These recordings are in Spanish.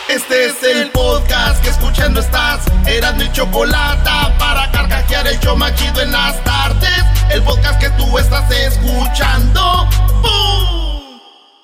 Este es el podcast que escuchando estás. Erasmo y Chocolata, para carcajear el show más chido en las tardes. El podcast que tú estás escuchando. ¡Bum!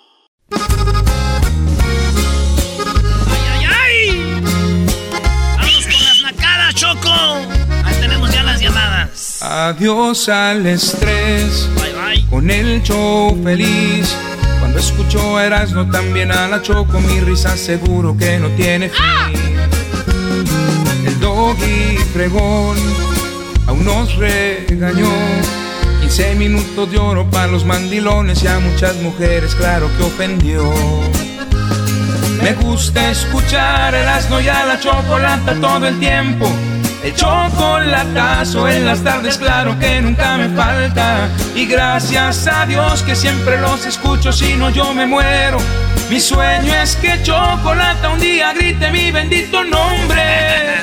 ¡Ay, ay, ay! ¡Vamos con las nacadas, Choco! Ahí tenemos ya las llamadas. Adiós al estrés. Bye, bye. Con el show feliz. Cuando escucho a Erasmo también a la Choco, mi risa seguro que no tiene fin. El Doggy fregón aún nos regañó. 15 minutos de oro para los mandilones y a muchas mujeres claro que ofendió. Me gusta escuchar a Erasmo y a la Chocolata todo el tiempo. El chocolatazo en las tardes, claro que nunca me falta. Y gracias a Dios que siempre los escucho, si no yo me muero. Mi sueño es que Chocolata un día grite mi bendito nombre.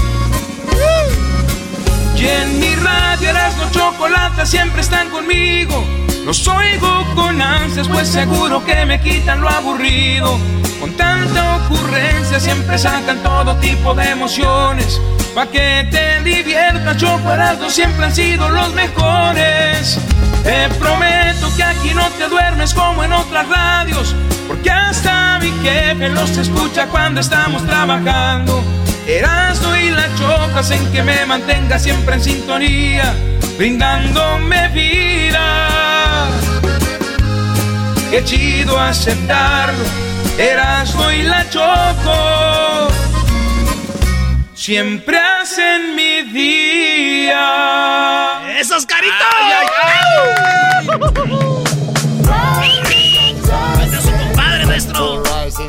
Y en mi radio Erasmo Chocolata siempre están conmigo. Los oigo con ansias, pues seguro que me quitan lo aburrido. Con tanta ocurrencia siempre sacan todo tipo de emociones. Pa' que te diviertas, Choco, Erasmo siempre han sido los mejores. Te prometo que aquí no te duermes como en otras radios, porque hasta mi jefe los escucha cuando estamos trabajando. Erasmo y la Choco hacen que me mantenga siempre en sintonía, brindándome vida. Qué chido aceptarlo, Erasmo y la Choco siempre hacen mi día. ¡Esos caritos! ¡Este es su compadre, maestro!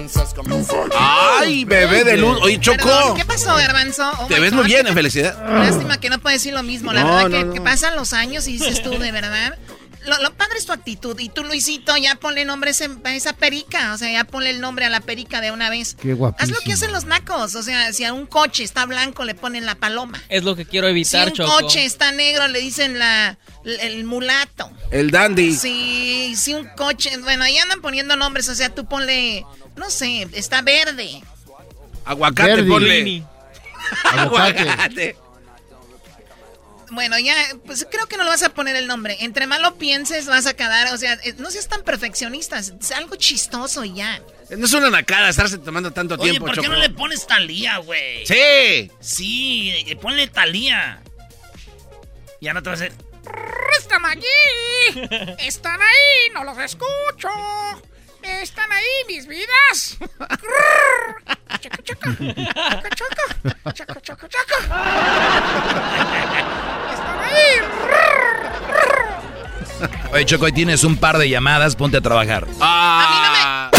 ¡Ay, bebé de luz! Oye, Choco. Perdón, ¿qué pasó, Garbanzo? Oh, te ves muy bien, en felicidad. Lástima que no puedes decir lo mismo. La verdad que pasan los años y dices tú, de verdad. Lo padre es tu actitud. Y tú, Luisito, ya ponle nombre a esa perica. O sea, ya ponle el nombre a la perica de una vez. Qué guapísimo. Haz lo que hacen los nacos. O sea, si a un coche está blanco, le ponen la paloma. Es lo que quiero evitar, si un Choco. coche está negro, le dicen el mulato. El dandy. Sí, si un coche... Bueno, ahí andan poniendo nombres. O sea, tú ponle... No sé, está verde. Aguacate, Verde. ponle. Aguacate. Bueno, ya, pues creo que no le vas a poner el nombre. Entre más lo pienses, vas a quedar, o sea, no seas tan perfeccionistas. Es algo chistoso y ya. No es una nacada estarse tomando tanto Oye, tiempo, ¿por qué Choco? no le pones Talía, güey? ¡Sí! Sí, ponle Talía. Ya no te vas a hacer... ¡Están allí! ¡Están ahí! ¡No los escucho! ¡Están ahí mis vidas! ¡Chaco, chaco! ¡Chaco, chaco! ¡Chaco, chaco, chaco! ¡Están ahí! Oye, Choco, ahí tienes un par de llamadas, ponte a trabajar. ¡Ah!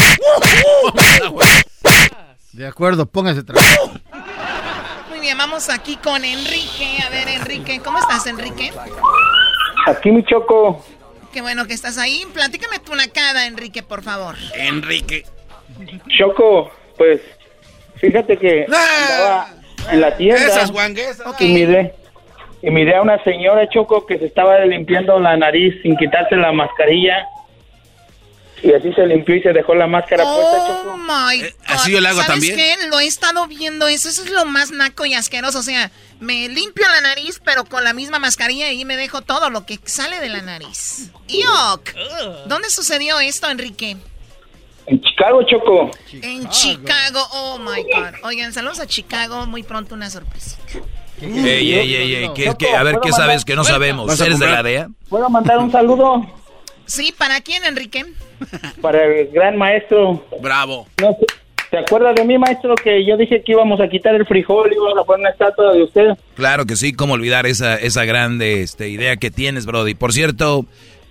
De acuerdo, póngase a trabajar. Muy bien, vamos aquí con Enrique. A ver, Enrique, ¿cómo estás, Enrique? Aquí, mi Choco. Qué bueno que estás ahí. Platícame tu nacada, Enrique, por favor. Enrique. Choco, pues, fíjate que andaba en la tienda. Esas guanguesas. Y miré a una señora, Choco, que se estaba limpiando la nariz sin quitarse la mascarilla. Y así se limpió y se dejó la máscara puesta, Choco. Oh, my God. Así yo le hago ¿Sabes también. qué? Lo he estado viendo eso. Eso es lo más naco y asqueroso. O sea, me limpio la nariz, pero con la misma mascarilla y me dejo todo lo que sale de la nariz. ¡Yuck! ¿Dónde sucedió esto, Enrique? En Chicago, Choco. En Chicago. Oh, my God. Oigan, saludos a Chicago. Muy pronto una sorpresa. Ey, a ver, ¿qué sabes que no sabemos? ¿Eres de la DEA? ¿Puedo mandar un saludo? Sí, ¿para quién, Enrique? Para el gran maestro. Bravo. No sé, ¿te acuerdas de mí, maestro, que yo dije que íbamos a quitar el frijol y íbamos a poner una estatua de usted? Claro que sí, cómo olvidar esa grande idea que tienes, Brody. Por cierto,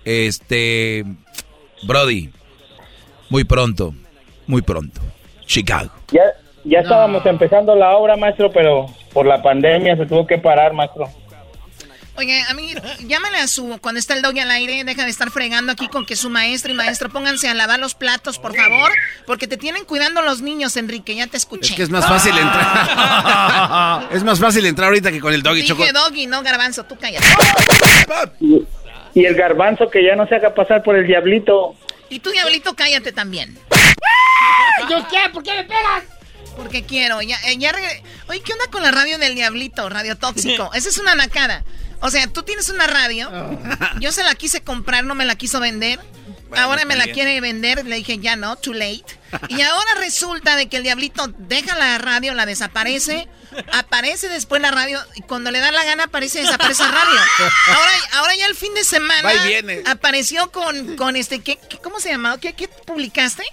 Brody, muy pronto, Chicago. Ya estábamos empezando la obra, maestro, pero por la pandemia se tuvo que parar, maestro. Oye, a mí, llámale a cuando está el Doggy al aire, deja de estar fregando aquí con que su maestro y maestro pónganse a lavar los platos, por favor, porque te tienen cuidando los niños, Enrique, ya te escuché. Es que es más fácil entrar. Es más fácil entrar ahorita que con el Doggy, Choco. Dije Doggy, no Garbanzo, tú cállate. Y el Garbanzo que ya no se haga pasar por el diablito. Y tú, diablito, cállate también. ¿Yo qué? ¿Por qué me pegas? Porque quiero. Oye, ¿qué onda con la radio del Diablito? Radio Tóxico. Esa es una nacada. O sea, tú tienes una radio. Yo se la quise comprar, no me la quiso vender. Bueno, ahora me la quiere vender. Le dije, ya no, too late. Y ahora resulta de que el Diablito deja la radio, la desaparece. Aparece después la radio. Y cuando le da la gana, desaparece la radio. Ahora ya el fin de semana apareció con ¿cómo se llamaba? ¿Qué publicaste?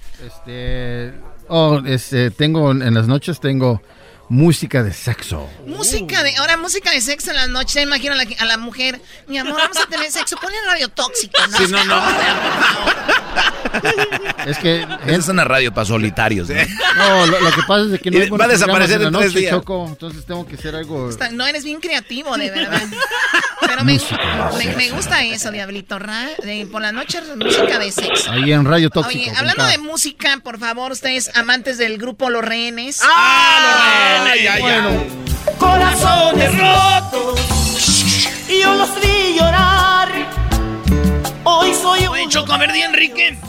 Tengo en las noches música de sexo. Música de sexo en las noches. Me imagino a la mujer, mi amor, vamos a tener sexo. Ponle radio tóxico, ¿no? Sí, no. Es que es una radio para solitarios, ¿no? No, lo que pasa es que no va a desaparecer en 3 días. Choco, entonces tengo que hacer algo. No, eres bien creativo, de verdad. Pero me gusta eso, Diablito. Por la noche, música de sexo. Ahí en Radio Tóxico. Oye, hablando de música, por favor, ustedes amantes del grupo Los Rehenes. Los Rehenes. Bueno. Corazones rotos y yo los vi llorar. Hoy soy un... Oye, Choco, a ver, di Enrique.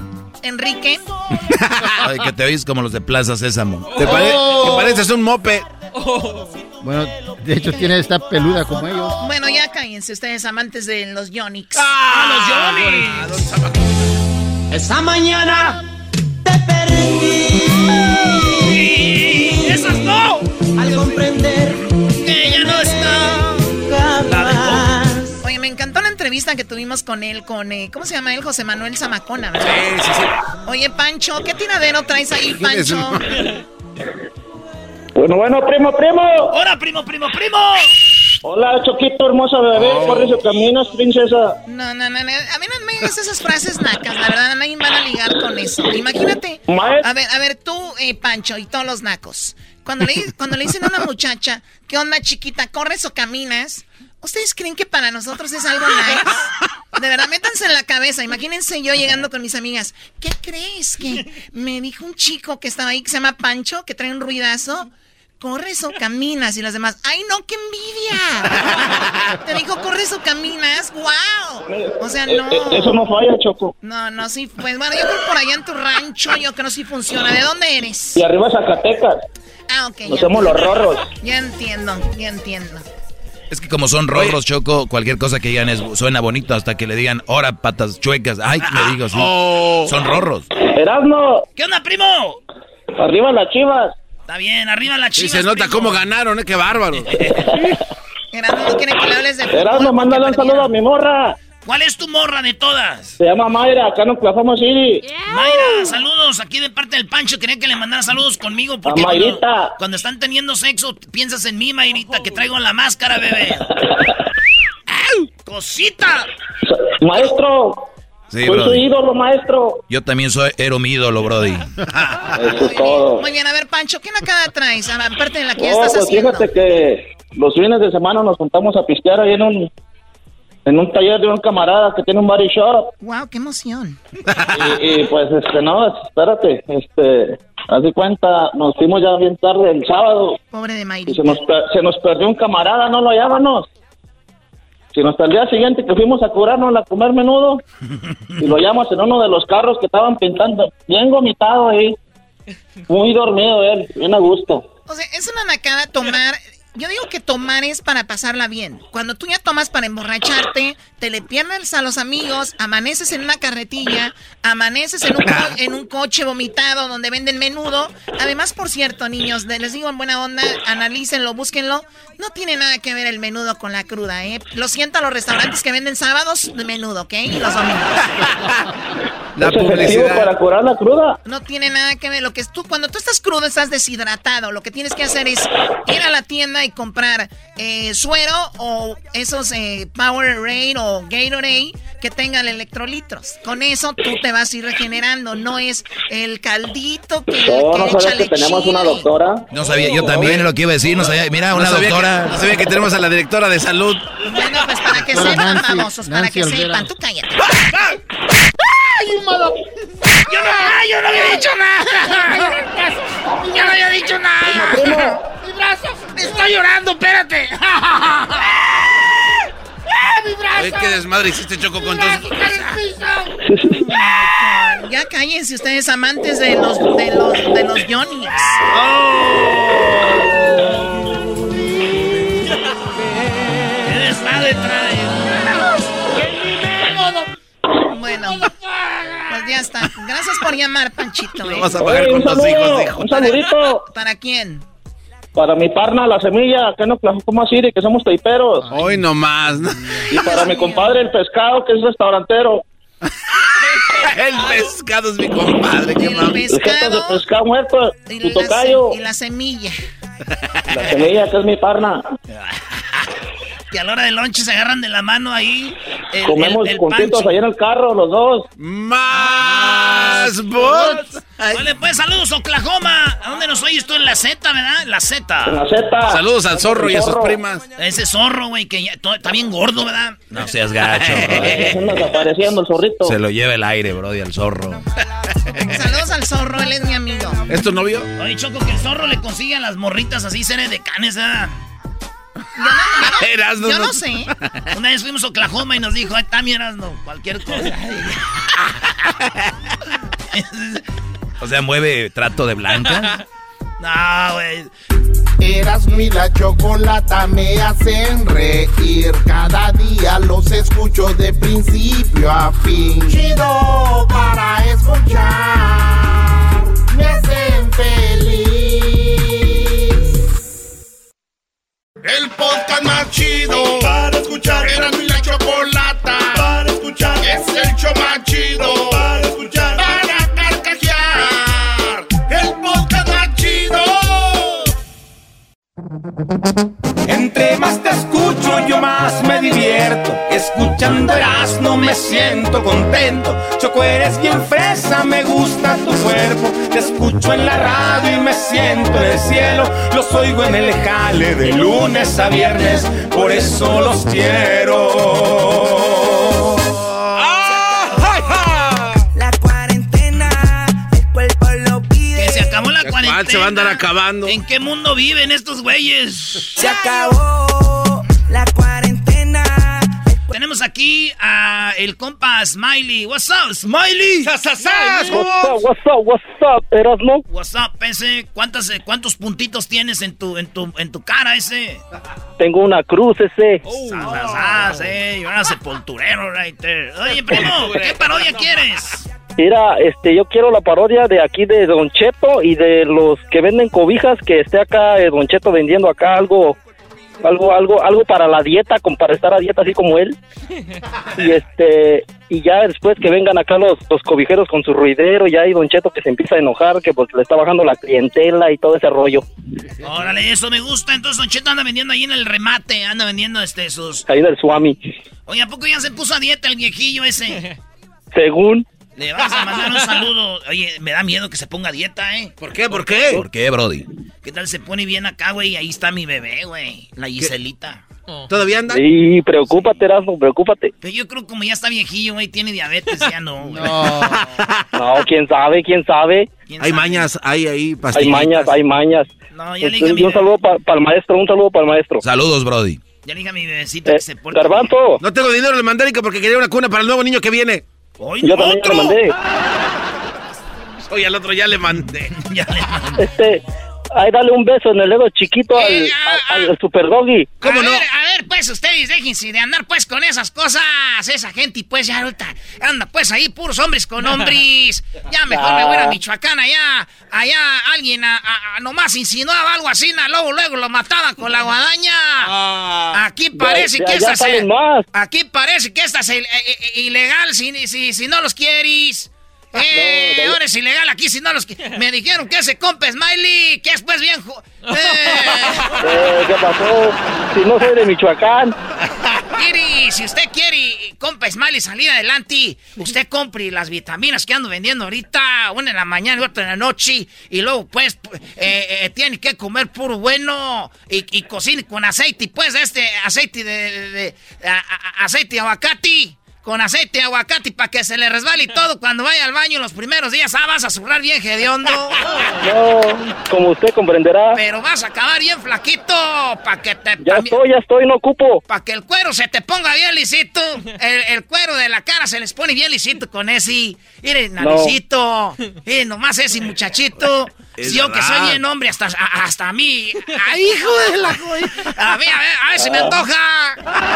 Ay, que te oís como los de Plaza Sésamo. ¿Te pareces un mope? Bueno, de hecho tiene esta peluda como ellos. Bueno, ya cállense ustedes, amantes de los Yonix. Los Yonix! Esa mañana te perdí. ¡Esas no! Al comprender que ya no está. Oye, me encantó la entrevista que tuvimos con él, ¿cómo se llama él? José Manuel Zamacona, ¿verdad? Sí. Oye, Pancho, ¿qué tiradero traes ahí, Pancho? Bueno, primo. ¡Hola, primo! Hola, Choquito, hermosa bebé. Corre su caminos, princesa. No. A mí no me digas esas frases nacas, la verdad, nadie va a ligar con eso. Imagínate. A ver, tú, Pancho, y todos los nacos. Cuando le dicen a una muchacha, ¿qué onda, chiquita? ¿Corres o caminas? ¿Ustedes creen que para nosotros es algo nice? De verdad, métanse en la cabeza. Imagínense yo llegando con mis amigas. ¿Qué crees? Que me dijo un chico que estaba ahí, que se llama Pancho, que trae un ruidazo. ¿Corres o caminas? Y las demás, ¡ay, no, qué envidia! Te dijo, ¿corres o caminas? ¡Wow! O sea, no. Eso no falla, Choco. No, sí. Pues bueno, yo creo que por allá en tu rancho, yo creo que sí funciona. ¿De dónde eres? Y arriba Zacatecas. Ok. Nos somos los rorros. Ya entiendo. Es que como son rorros, Choco, cualquier cosa que digan suena bonito hasta que le digan, ¡hora, patas chuecas! ¡Ay, le digo, sí! Son rorros. Erasmo. ¿Qué onda, primo? Arriba las Chivas. Está bien, arriba las Chivas. Sí, se nota cómo ganaron, qué bárbaro. Erasmo no quiere que le hables de fútbol. Erasmo, mándale un saludo a mi morra. ¿Cuál es tu morra de todas? Se llama Mayra, acá en Oklahoma City. Mayra, saludos aquí de parte del Pancho. Quería que le mandara saludos conmigo porque cuando están teniendo sexo piensas en mí, Mayrita, que traigo la máscara, bebé. ¡Cosita! Maestro. Sí, soy su ídolo, maestro. Yo también era mi ídolo, brody. Eso es todo. Muy bien, a ver, Pancho, ¿qué nacada traes? Aparte de la que ya estás pues haciendo. Fíjate que los fines de semana nos juntamos a pistear ahí en un taller de un camarada que tiene un body shop. Wow, qué emoción. Y pues, no, espérate, haz de cuenta, nos fuimos ya bien tarde el sábado. Pobre de Mayri. Y se nos perdió un camarada, no lo hallábamos. Sino hasta el día siguiente que fuimos a curarnos a comer menudo y lo hallamos en uno de los carros que estaban pintando, bien vomitado ahí, muy dormido él, bien a gusto. O sea, es una nacada tomar. Yo digo que tomar es para pasarla bien. Cuando tú ya tomas para emborracharte, te le pierdes a los amigos, amaneces en una carretilla, amaneces en un coche vomitado donde venden menudo. Además, por cierto, niños, les digo en buena onda, analícenlo, búsquenlo. No tiene nada que ver el menudo con la cruda, ¿eh? Lo siento a los restaurantes que venden sábados de menudo, ¿ok? Y los domingos. La publicidad para curar la cruda. No tiene nada que ver. Cuando tú estás crudo, estás deshidratado. Lo que tienes que hacer es ir a la tienda y comprar suero o esos Powerade o Gatorade que tengan electrolitos. Con eso tú te vas a ir regenerando. No es el caldito que ¿No sabes que tenemos una doctora? No sabía, yo también lo que iba a decir. No sabía, mira, una doctora. No sabía que tenemos a la directora de salud. Bueno, pues para que sepan, famosos, para que sepan. Tú cállate. ¡Ay, mado! Yo no había dicho nada. Yo no había dicho nada. ¡Mi brazo! ¡Estoy llorando! ¡Espérate! ¡Mi brazo! Oye, qué desmadre hiciste, Choco, con todos. Ya cállense ustedes, amantes de los Johnnies. ¡Qué desmadre trae! Bueno, pues ya está. Gracias por llamar, Panchito. Lo vas a pagar con tus hijos, hijo. Un saludito. ¿Para quién? Para mi parna, La Semilla, acá en Oklahoma City, que somos taiperos. Hoy nomás. Y para mi compadre, El Pescado, que es restaurantero. El pescado es mi compadre. ¿Qué El pescado. De pescado muerto, tu tocayo. Y La Semilla. La Semilla, que es mi parna. Que a la hora del lonche se agarran de la mano ahí. Comemos contentos ahí en el carro, los dos. ¡Más bots! Vale, pues, saludos, Oklahoma. ¿A dónde nos oyes tú? En la Z, ¿verdad? La Z. En la Z. Saludos al zorro y a sus primas. Ese zorro, güey, que ya está bien gordo, ¿verdad? No seas gacho, Se anda desapareciendo el zorrito. Se lo lleva el aire, brody, al zorro. Saludos al zorro, él es mi amigo. ¿Es tu novio? Oye, Choco, que el zorro le consigue a las morritas así, seres de canes, ¿verdad? Yo no sé. Una vez fuimos a Oklahoma y nos dijo, ay, también Erasno, cualquier cosa. O sea, mueve trato de blanca. No, güey. Erasmo y la Chocolata me hacen reír. Cada día los escucho de principio a fin. Chido para escuchar. Me hacen feliz. El podcast más chido para escuchar. Erasmo y la Chocolata para escuchar. Es el show más chido para escuchar. Para carcajear. El podcast más chido. Entre más te escucho, yo más me divierto. Escuchando Erasmo me siento contento. Choco, eres bien fresa, me gusta tu cuerpo. Te escucho en la radio y me siento en el cielo. Los oigo en el jale de lunes a viernes, por eso los quiero. La cuarentena, el cuerpo lo pide. Que se acabó la cuarentena. Se va a andar acabando. ¿En qué mundo viven estos güeyes? Se acabó la cuarentena. Tenemos aquí a el compa Smiley. What's up, Smiley? What's up, Erasmo? What's up, ese? ¿Cuántos puntitos tienes en tu cara, ese? Tengo una cruz, ese. Yo era sepulturero, right there. Oye, primo, ¿qué parodia quieres? Mira, yo quiero la parodia de aquí de Don Cheto y de los que venden cobijas, que esté acá Don Cheto vendiendo acá algo para la dieta, para estar a dieta así como él. Y ya después que vengan acá los cobijeros con su ruidero, ya hay Don Cheto que se empieza a enojar, que pues le está bajando la clientela y todo ese rollo. Órale, eso me gusta. Entonces Don Cheto anda vendiendo ahí en el remate, anda vendiendo sus... Ahí del Swami. Oye, ¿a poco ya se puso a dieta el viejillo ese? Según... Le vas a mandar un saludo. Oye, me da miedo que se ponga a dieta, ¿eh? ¿Por qué? ¿Por qué? ¿Por qué, brody? ¿Qué tal se pone bien acá, güey? Ahí está mi bebé, güey. La Giselita. ¿Todavía anda? Sí, preocúpate, Erasmo, preocúpate. Pero yo creo que como ya está viejillo, güey, tiene diabetes, ya no, güey. No, quién sabe. Hay mañas, hay pastillitas. Hay mañas. No, ya le dije a mi un saludo para el maestro, Saludos, brody. Ya le dije a mi bebecito que se porte. Garbanzo. No tengo dinero, le mandé porque quería una cuna para el nuevo niño que viene. Oye, yo también le mandé. Oye, al otro ya le mandé. Ay, dale un beso en el dedo chiquito al Super Doggy. ¿Cómo no? A ver, pues, ustedes déjense de andar, pues, con esas cosas. Esa gente, y pues, ya ahorita anda, pues, ahí puros hombres con hombres. Ya mejor me voy a Michoacán, allá alguien nomás insinuaba algo así, luego lo mataba con la guadaña. Aquí parece que esta es ilegal si no los quieres. Ahora es ilegal aquí si no los... Me dijeron que ese compa Smiley, que es pues bien... ¿Qué pasó? Si no soy de Michoacán. Mire, si usted quiere, compa Smiley, salir adelante, usted compre las vitaminas que ando vendiendo ahorita, una en la mañana y otra en la noche, y luego pues tiene que comer puro bueno y cocine con aceite, pues aceite de aceite de aguacate. con aceite de aguacate para que se le resbale y todo cuando vaya al baño los primeros días. Vas a zurrar bien hediondo. No, como usted comprenderá. Pero vas a acabar bien flaquito para que te... Ya estoy, no ocupo. Para que el cuero se te ponga bien lisito. El cuero de la cara se les pone bien lisito con ese. Miren, naricito. Miren, nomás ese muchachito. Yo que soy bien hombre hasta a mí. ¡Ay, hijo de la joya! A ver si me antoja.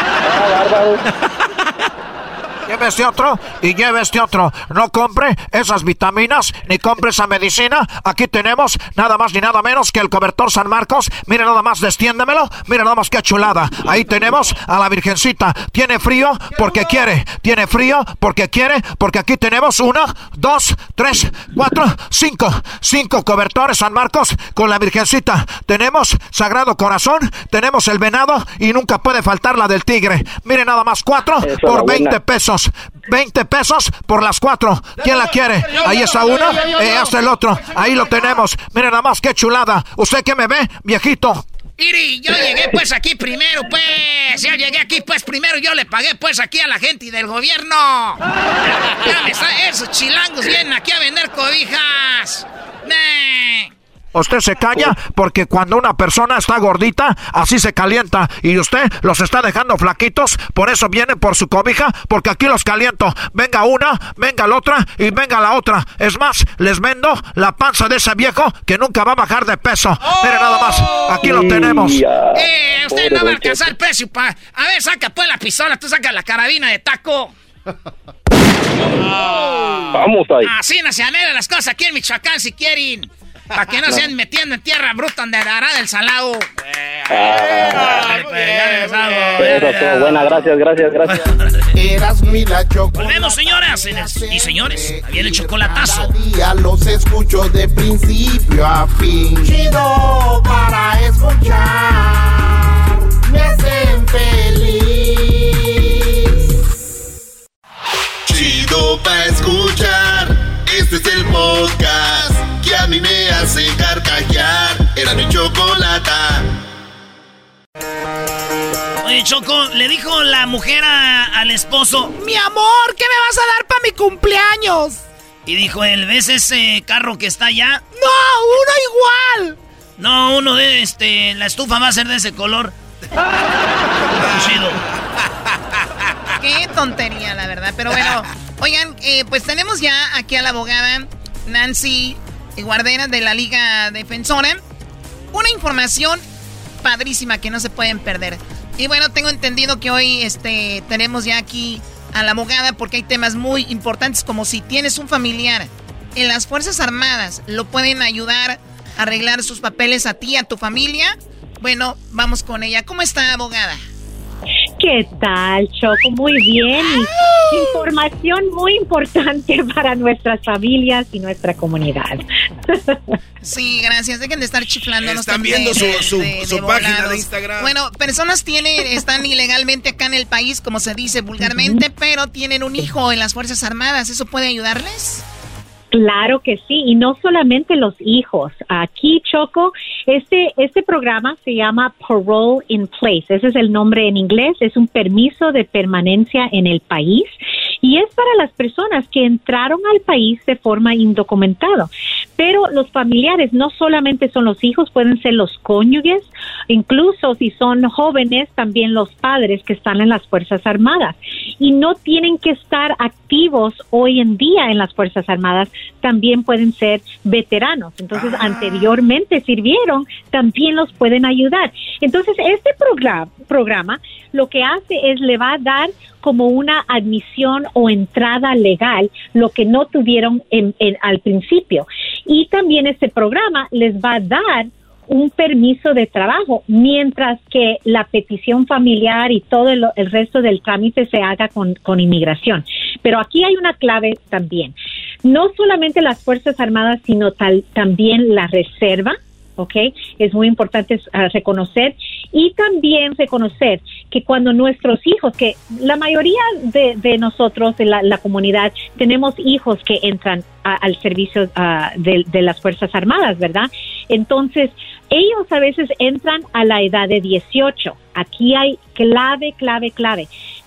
Lleve este otro y lleve este otro. No compre esas vitaminas ni compre esa medicina. Aquí tenemos nada más ni nada menos que el cobertor San Marcos. Mire nada más, destiéndemelo. Mire nada más qué chulada. Ahí tenemos a la Virgencita. Tiene frío porque quiere. Tiene frío porque quiere. Porque aquí tenemos 1, 2, 3, 4, 5. 5 cobertores San Marcos con la Virgencita. Tenemos Sagrado Corazón. Tenemos el venado y nunca puede faltar la del tigre. Mire nada más, 4 por 20 pesos. 20 pesos por las 4. ¿Quién la quiere? Ahí está uno, hasta el otro. Ahí lo tenemos. Miren nada más, qué chulada. ¿Usted qué me ve, viejito? Iri, yo llegué pues aquí primero, pues. Yo llegué aquí pues primero. Yo le pagué pues aquí a la gente del gobierno. Ya me está, esos chilangos vienen aquí a vender cobijas. Usted se calla porque cuando una persona está gordita, así se calienta. Y usted los está dejando flaquitos, por eso viene por su cobija, porque aquí los caliento. Venga una, venga la otra y venga la otra. Es más, les vendo la panza de ese viejo que nunca va a bajar de peso. Mire nada más, aquí lo tenemos. Usted no va a alcanzar el precio, pa. A ver, saca pues la pistola, tú saca la carabina de taco. Vamos ahí. Así no se anhelan las cosas aquí en Michoacán si quieren. Para que no se anden metiendo en tierra bruta donde hará del salado. Buena, gracias. Eras mi la chocolate. Volvemos, señoras y señores. Ahí viene el chocolatazo. Día los escucho de principio a fin. Chido para escuchar. Me hacen feliz. Chido para escuchar. Este es el podcast que a mí me hace carcajear. Era mi chocolata. Oye, Choco, le dijo la mujer al esposo: mi amor, ¿qué me vas a dar para mi cumpleaños? Y dijo él: ¿ves ese carro que está allá? No, uno igual. No, uno de la estufa va a ser de ese color. Chido. Qué tontería, la verdad. Pero bueno, oigan, pues tenemos ya aquí a la abogada Nancy Guardera de la Liga Defensora. Una información padrísima que no se pueden perder. Y bueno, tengo entendido que hoy tenemos ya aquí a la abogada porque hay temas muy importantes, como si tienes un familiar en las Fuerzas Armadas, lo pueden ayudar a arreglar sus papeles a ti, a tu familia. Bueno, vamos con ella. ¿Cómo está, abogada? ¿Qué tal, Choco? Muy bien. Información muy importante para nuestras familias y nuestra comunidad. Sí, gracias. Dejen de estar chiflándonos. Están viendo su página de Instagram. Bueno, personas están ilegalmente acá en el país, como se dice vulgarmente, pero tienen un hijo en las Fuerzas Armadas. ¿Eso puede ayudarles? Claro que sí, y no solamente los hijos. Aquí, Choco, este programa se llama Parole in Place. Ese es el nombre en inglés. Es un permiso de permanencia en el país y es para las personas que entraron al país de forma indocumentada. Pero los familiares no solamente son los hijos, pueden ser los cónyuges, incluso si son jóvenes, también los padres que están en las Fuerzas Armadas. Y no tienen que estar activos hoy en día en las Fuerzas Armadas, también pueden ser veteranos. Entonces, anteriormente sirvieron, también los pueden ayudar. Entonces, este programa lo que hace es le va a dar como una admisión o entrada legal, lo que no tuvieron al principio. Y también este programa les va a dar un permiso de trabajo, mientras que la petición familiar y todo el resto del trámite se haga con inmigración. Pero aquí hay una clave también. No solamente las Fuerzas Armadas, sino también la Reserva, ¿ok? Es muy importante reconocer y también reconocer que cuando nuestros hijos, que la mayoría de nosotros en la comunidad tenemos hijos que entran al servicio de las Fuerzas Armadas, ¿verdad? Entonces, ellos a veces entran a la edad de 18. Aquí hay clave.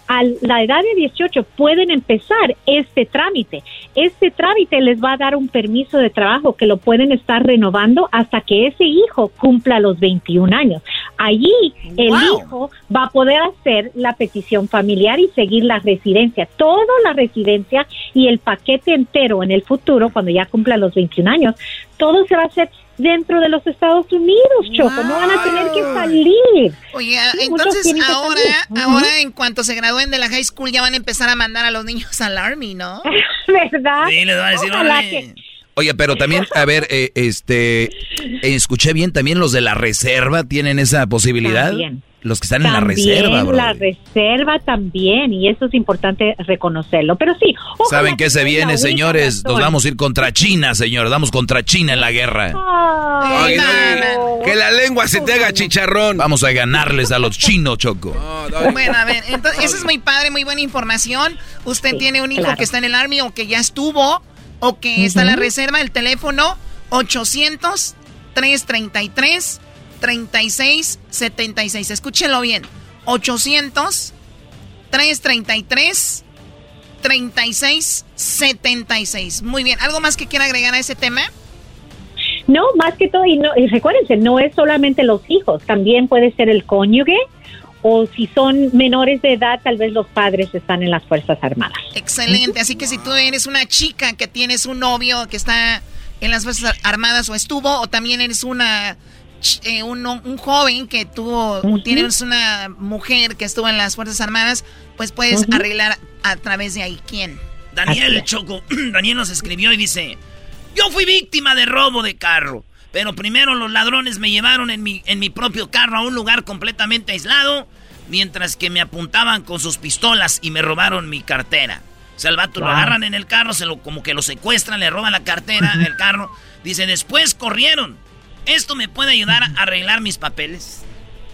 a la edad de 18 pueden empezar este trámite. Este trámite les va a dar un permiso de trabajo que lo pueden estar renovando hasta que ese hijo cumpla los 21 años. Allí el hijo va a poder hacer la petición familiar y seguir la residencia, toda la residencia y el paquete entero en el futuro, cuando ya cumpla los 21 años, todo se va a hacer dentro de los Estados Unidos, Choco, no van a tener que salir. Oye, sí, entonces ahora en cuanto se gradúen de la high school ya van a empezar a mandar a los niños al Army, ¿no? ¿Verdad? Sí, les van a decir, Oye, pero también, a ver, escuché bien, también los de la reserva tienen esa posibilidad. También. Los que están en la reserva, bro. La reserva también, y eso es importante reconocerlo. Pero sí. ¿Saben qué se viene, señores? Nos vamos a ir contra China, señores. Vamos contra China en la guerra. Ay, que la lengua se te haga chicharrón. Vamos a ganarles a los chinos, Choco. Bueno, a ver, entonces, eso es muy padre, muy buena información. Usted tiene un hijo que está en el Army o que ya estuvo o que está en la reserva. El teléfono 800-333-3676. Escúchenlo bien. 800-333-3676. Muy bien. ¿Algo más que quiera agregar a ese tema? No, más que todo, y recuérdense, no es solamente los hijos, también puede ser el cónyuge, o si son menores de edad, tal vez los padres están en las Fuerzas Armadas. Excelente. Así que si tú eres una chica que tienes un novio que está en las Fuerzas Armadas o estuvo, o también eres un joven que tienes una mujer que estuvo en las Fuerzas Armadas, pues puedes arreglar a través de ahí. ¿Quién? Daniel, Choco. Daniel nos escribió y dice: yo fui víctima de robo de carro, pero primero los ladrones me llevaron en mi propio carro a un lugar completamente aislado, mientras que me apuntaban con sus pistolas y me robaron mi cartera. O sea, el vato lo agarran en el carro, como que lo secuestran, le roban la cartera, el carro. Dice, después corrieron. ¿Esto me puede ayudar a arreglar mis papeles?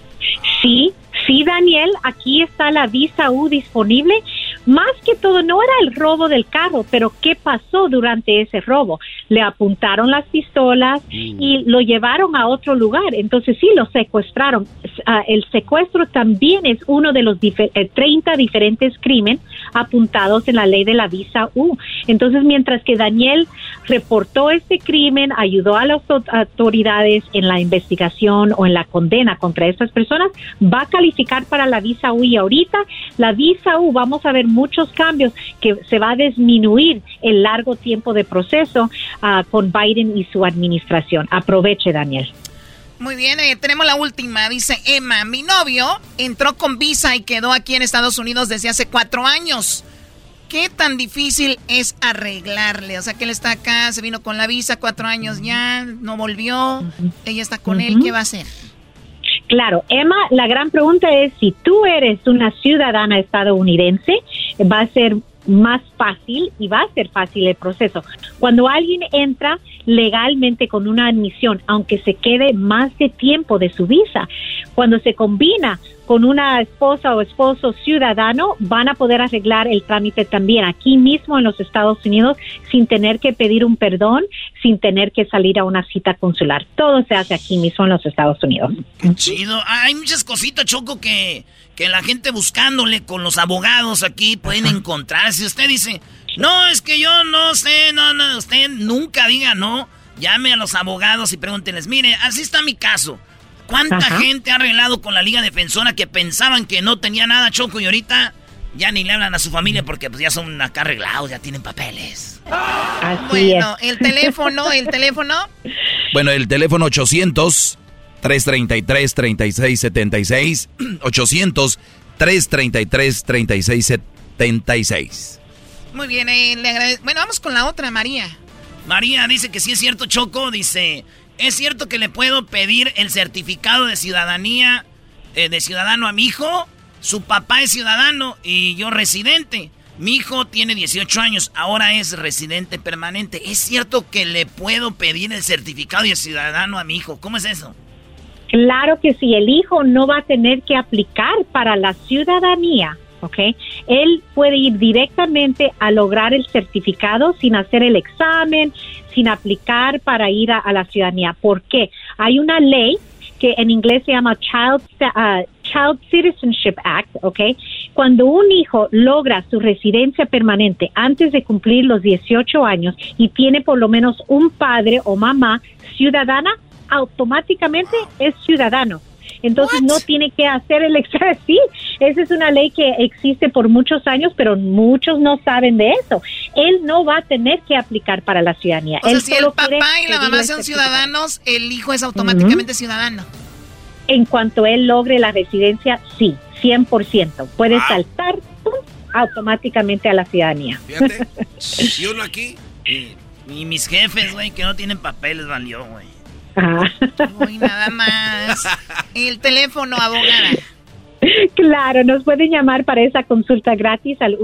Sí, Daniel, aquí está la visa U disponible. Más que todo, no era el robo del carro, pero ¿qué pasó durante ese robo? Le apuntaron las pistolas y lo llevaron a otro lugar. Entonces sí, lo secuestraron. El secuestro también es uno de los 30 diferentes crímenes apuntados en la ley de la visa U. Entonces, mientras que Daniel reportó este crimen, ayudó a las autoridades en la investigación o en la condena contra estas personas, va a calificar para la visa U. Y ahorita la visa U, vamos a ver muchos cambios, que se va a disminuir el largo tiempo de proceso con Biden y su administración. Aproveche, Daniel. Muy bien, tenemos la última. Dice Emma, mi novio entró con visa y quedó aquí en Estados Unidos desde hace 4 años. ¿Qué tan difícil es arreglarle? O sea, que él está acá, se vino con la visa, 4 años ya, no volvió, ella está con él, ¿qué va a hacer? Claro, Emma, la gran pregunta es, si tú eres una ciudadana estadounidense, va a ser más fácil y va a ser fácil el proceso. Cuando alguien entra legalmente con una admisión, aunque se quede más de tiempo de su visa, cuando se combina con una esposa o esposo ciudadano, van a poder arreglar el trámite también aquí mismo en los Estados Unidos, sin tener que pedir un perdón, sin tener que salir a una cita consular. Todo se hace aquí mismo en los Estados Unidos. Qué chido. Hay muchas cositas, Choco, que la gente buscándole con los abogados aquí pueden encontrar. Si usted dice, no, es que yo no sé, no, usted nunca diga no. Llame a los abogados y pregúntenles, mire, así está mi caso. ¿Cuánta gente ha arreglado con la Liga Defensora que pensaban que no tenía nada, Choco, y ahorita ya ni le hablan a su familia porque pues ya son acá arreglados, ya tienen papeles? Bueno, el teléfono. Bueno, el teléfono 800-333-3676. 800-333-3676. Muy bien, le agradezco. Bueno, vamos con la otra, María. María dice que sí es cierto, Choco, dice... ¿Es cierto que le puedo pedir el certificado de ciudadanía, de ciudadano a mi hijo? Su papá es ciudadano y yo residente. Mi hijo tiene 18 años, ahora es residente permanente. ¿Es cierto que le puedo pedir el certificado de ciudadano a mi hijo? ¿Cómo es eso? Claro que sí, el hijo no va a tener que aplicar para la ciudadanía. Okay. Él puede ir directamente a lograr el certificado sin hacer el examen, sin aplicar para ir a la ciudadanía. ¿Por qué? Hay una ley que en inglés se llama Child Citizenship Act, ¿ok? Cuando un hijo logra su residencia permanente antes de cumplir los 18 años y tiene por lo menos un padre o mamá ciudadana, automáticamente es ciudadano. Entonces no tiene que hacer el examen. Sí, esa es una ley que existe por muchos años, pero muchos no saben de eso. Él no va a tener que aplicar para la ciudadanía. O sea, si el papá y la mamá son ciudadanos, el hijo es automáticamente ciudadano. En cuanto él logre la residencia, sí, 100%. Puede saltar automáticamente a la ciudadanía. Fíjate, y uno aquí. Y mis jefes, güey, que no tienen papeles, valió, güey. Uy, nada más. El teléfono, abogada. Claro, nos pueden llamar para esa consulta gratis al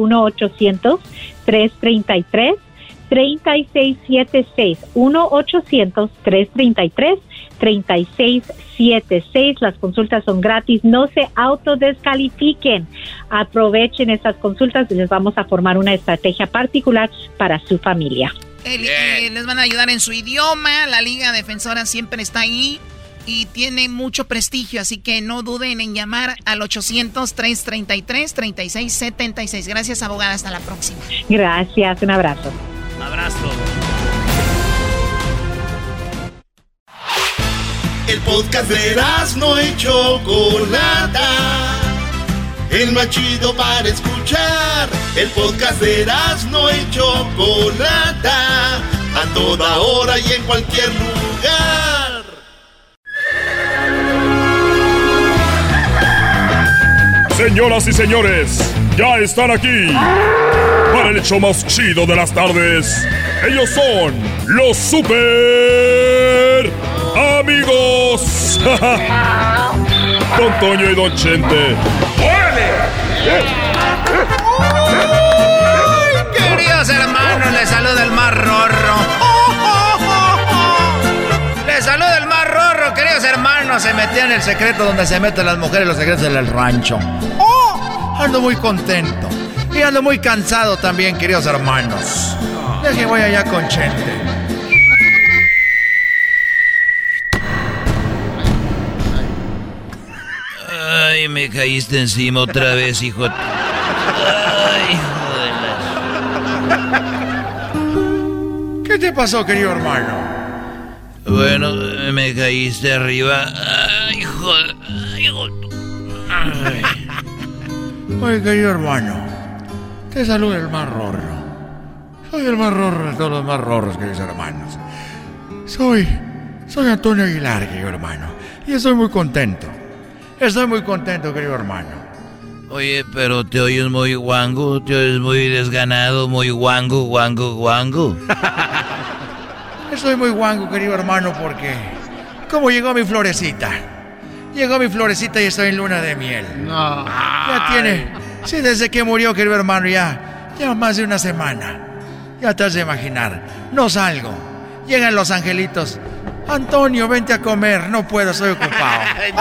1-800-333-3676. 1-800-333-3676. Las consultas son gratis. No se autodescalifiquen. Aprovechen estas consultas y les vamos a formar una estrategia particular para su familia. Les van a ayudar en su idioma. La Liga Defensora siempre está ahí y tiene mucho prestigio, así que no duden en llamar al 800-333-3676. Gracias, abogada. Hasta la próxima. Gracias. Un abrazo. Un abrazo. El podcast de Erazno y Chocolata, el más chido para escuchar. El podcast de Erazno y Chocolata, a toda hora y en cualquier lugar. Señoras y señores, ya están aquí para el hecho más chido de las tardes. Ellos son los super amigos. Don Toño y Don Chente. ¡Ay, queridos hermanos! Les saluda el más rorro. Les saluda el más rorro, queridos hermanos. Se metió en el secreto donde se meten las mujeres, los secretos del rancho. Ando muy contento. Y ando muy cansado también, queridos hermanos. Deje, voy allá con Chente. Ay, me caíste encima otra vez, hijo. Ay, hijo de la... ¿Qué te pasó, querido hermano? Bueno, me caíste arriba. Ay, hijo. Ay. Oye, querido hermano, te saluda el más rorro. Soy el más rorro de todos los más rorros, queridos hermanos. Soy Antonio Aguilar, querido hermano. Y estoy muy contento. Estoy muy contento, querido hermano. Oye, pero te oyes muy guango, te oyes muy desganado, muy guango. Estoy muy guango, querido hermano, porque... ¿Cómo llegó mi florecita? Llegó mi florecita y estoy en luna de miel. No. Ya tiene... Sí, desde que murió, querido hermano, ya más de una semana. Ya te has de imaginar. No salgo. Llegan los angelitos. Antonio, vente a comer. No puedo, estoy ocupado.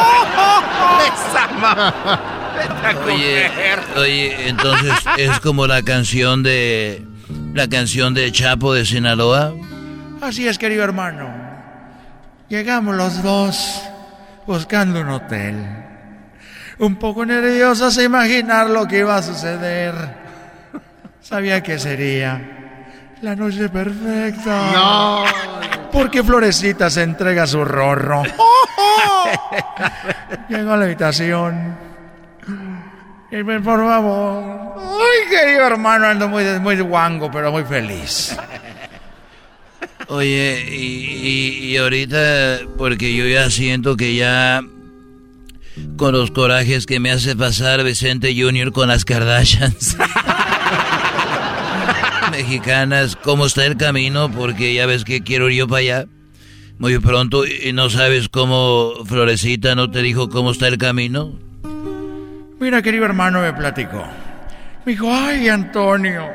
Oye, entonces es como la canción de Chapo de Sinaloa. Así es, querido hermano. Llegamos los dos buscando un hotel. Un poco nerviosos a imaginar lo que iba a suceder. Sabía que sería la noche perfecta. No. Porque Florecita se entrega a su rorro. Llego a la habitación. Y por favor. Ay, querido hermano, ando muy guango, pero muy feliz. Oye, y ahorita, porque yo ya siento que ya... Con los corajes que me hace pasar Vicente Junior con las Kardashians mexicanas, ¿cómo está el camino? Porque ya ves que quiero ir yo para allá muy pronto y no sabes cómo Florecita no te dijo cómo está el camino. Mira, querido hermano, me platicó. Me dijo, ay, Antonio,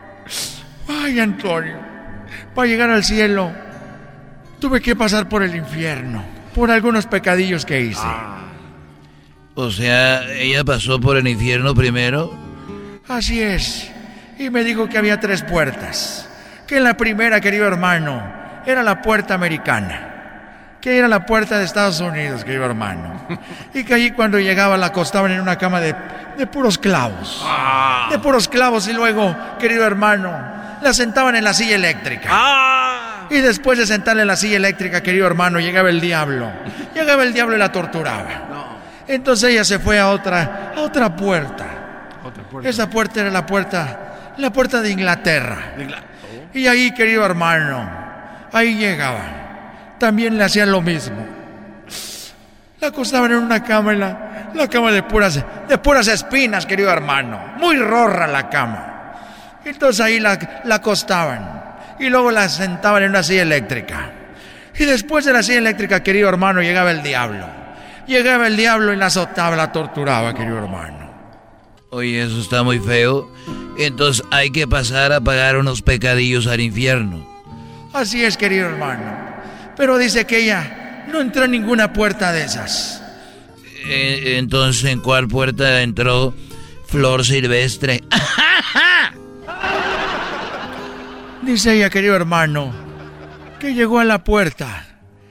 para llegar al cielo tuve que pasar por el infierno, por algunos pecadillos que hice. O sea, ¿ella pasó por el infierno primero? Así es. Y me dijo que había 3 puertas. Que en la primera, querido hermano, era la puerta americana. que era la puerta de Estados Unidos, querido hermano. Y que allí cuando llegaba la acostaban en una cama de puros clavos. De puros clavos y luego, querido hermano, la sentaban en la silla eléctrica. Y después de sentarle en la silla eléctrica, querido hermano, llegaba el diablo. Llegaba el diablo y la torturaba. Entonces ella se fue a otra puerta. Esa puerta era la puerta de Inglaterra. Y ahí, querido hermano, ahí llegaba. También le hacían lo mismo. La acostaban en una cama, la cama de puras espinas, querido hermano. Muy rorra la cama. Entonces ahí la acostaban. Y luego la sentaban en una silla eléctrica. Y después de la silla eléctrica, querido hermano, llegaba el diablo. Llegaba el diablo y la azotaba, la torturaba, querido hermano. Oye, eso está muy feo. Entonces hay que pasar a pagar unos pecadillos al infierno. Así es, querido hermano. Pero dice que ella no entró en ninguna puerta de esas. Entonces, ¿en cuál puerta entró Flor Silvestre? Dice ella, querido hermano, que llegó a la puerta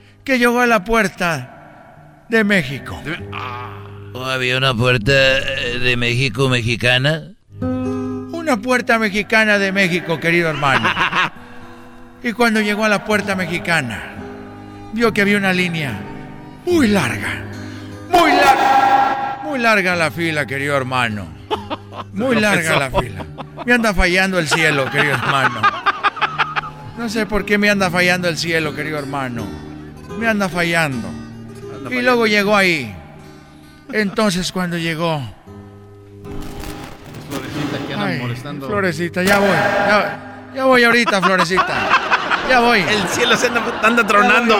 de México. ¿O había una puerta de México mexicana? Una puerta mexicana de México, querido hermano. Y cuando llegó a la puerta mexicana, vio que había una línea muy larga la fila, querido hermano. Muy larga la fila. Me anda fallando el cielo, querido hermano. No sé por qué me anda fallando el cielo, querido hermano. Me anda fallando. Y luego llegó ahí. Entonces cuando llegó... Florecita, que andan molestando. Florecita, ya voy ahorita, Florecita. Ya voy. El cielo se anda tronando.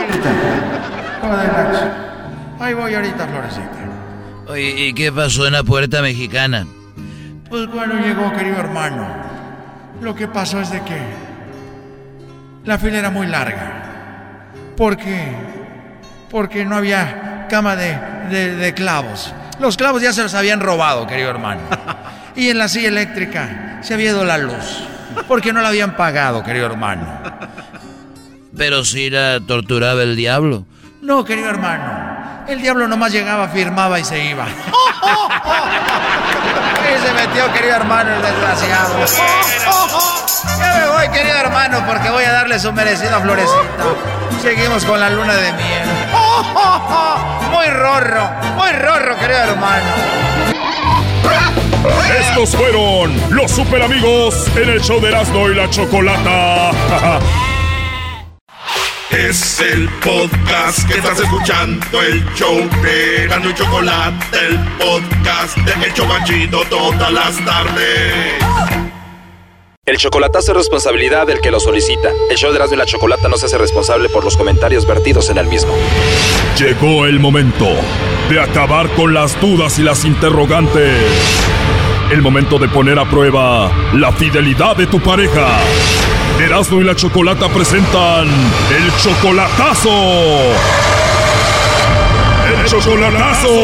Ahí voy ahorita, Florecita. Oye, ¿y qué pasó en la puerta mexicana? Pues cuando llegó, querido hermano, lo que pasó es de que la fila era muy larga. ¿Por qué? Porque no había cama de clavos. Los clavos ya se los habían robado, querido hermano. Y en la silla eléctrica se había ido la luz. Porque no la habían pagado, querido hermano. Pero si la torturaba el diablo. No, querido hermano. El diablo nomás llegaba, firmaba y se iba. Y se metió, querido hermano, el desgraciado. Ya me voy, querido hermano, porque voy a darle su merecido a Florecita. Seguimos con la luna de miel. Muy rorro, querido hermano. Estos fueron los super amigos en el show de Erasmo y la Chocolata. Es el podcast que estás escuchando, el show de Erasmo y Chocolata, el podcast de El Chobachito todas las tardes. El chocolatazo es responsabilidad del que lo solicita. El show de Erasmo y la Chocolata no se hace responsable por los comentarios vertidos en el mismo. Llegó el momento de acabar con las dudas y las interrogantes. El momento de poner a prueba la fidelidad de tu pareja. Erasmo y la Chocolata presentan El Chocolatazo. ¡El Chocolatazo!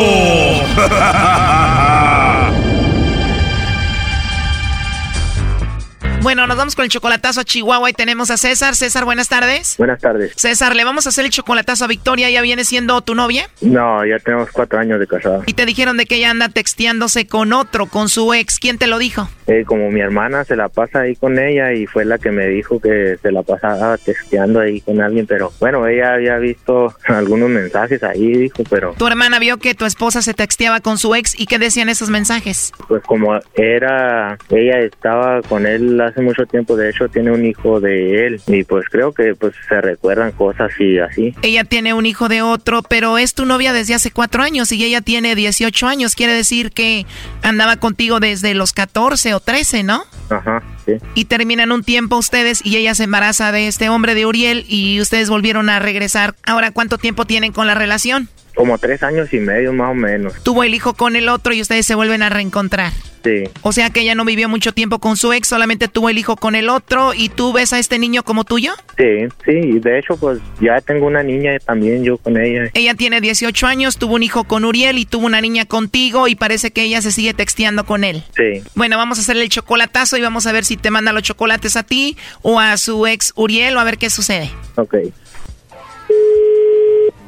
Bueno, nos vamos con el chocolatazo a Chihuahua y tenemos a César. César, buenas tardes. Buenas tardes. César, le vamos a hacer el chocolatazo a Victoria. ¿Ya viene siendo tu novia? No, ya tenemos 4 años de casada. Y te dijeron de que ella anda texteándose con otro, con su ex. ¿Quién te lo dijo? Como mi hermana se la pasa ahí con ella y fue la que me dijo que se la pasaba texteando ahí con alguien. Pero bueno, ella había visto algunos mensajes ahí, dijo, pero... Tu hermana vio que tu esposa se texteaba con su ex. ¿Y qué decían esos mensajes? Pues como ella estaba con él hace mucho tiempo, de hecho tiene un hijo de él y pues creo que pues se recuerdan cosas y así. Ella tiene un hijo de otro, pero es tu novia desde hace 4 años y ella tiene 18 años, quiere decir que andaba contigo desde los 14 o 13, ¿no? Ajá, sí. Y terminan un tiempo ustedes y ella se embaraza de este hombre de Uriel y ustedes volvieron a regresar. Ahora, ¿cuánto tiempo tienen con la relación? Como 3 años y medio más o menos. Tuvo el hijo con el otro y ustedes se vuelven a reencontrar. Sí. O sea que ella no vivió mucho tiempo con su ex, solamente tuvo el hijo con el otro. ¿Y tú ves a este niño como tuyo? Sí, y de hecho pues ya tengo una niña también yo con ella. Ella tiene 18 años, tuvo un hijo con Uriel y tuvo una niña contigo y parece que ella se sigue texteando con él. Sí. Bueno, vamos a hacerle el chocolatazo y vamos a ver si te manda los chocolates a ti o a su ex Uriel o a ver qué sucede. Ok.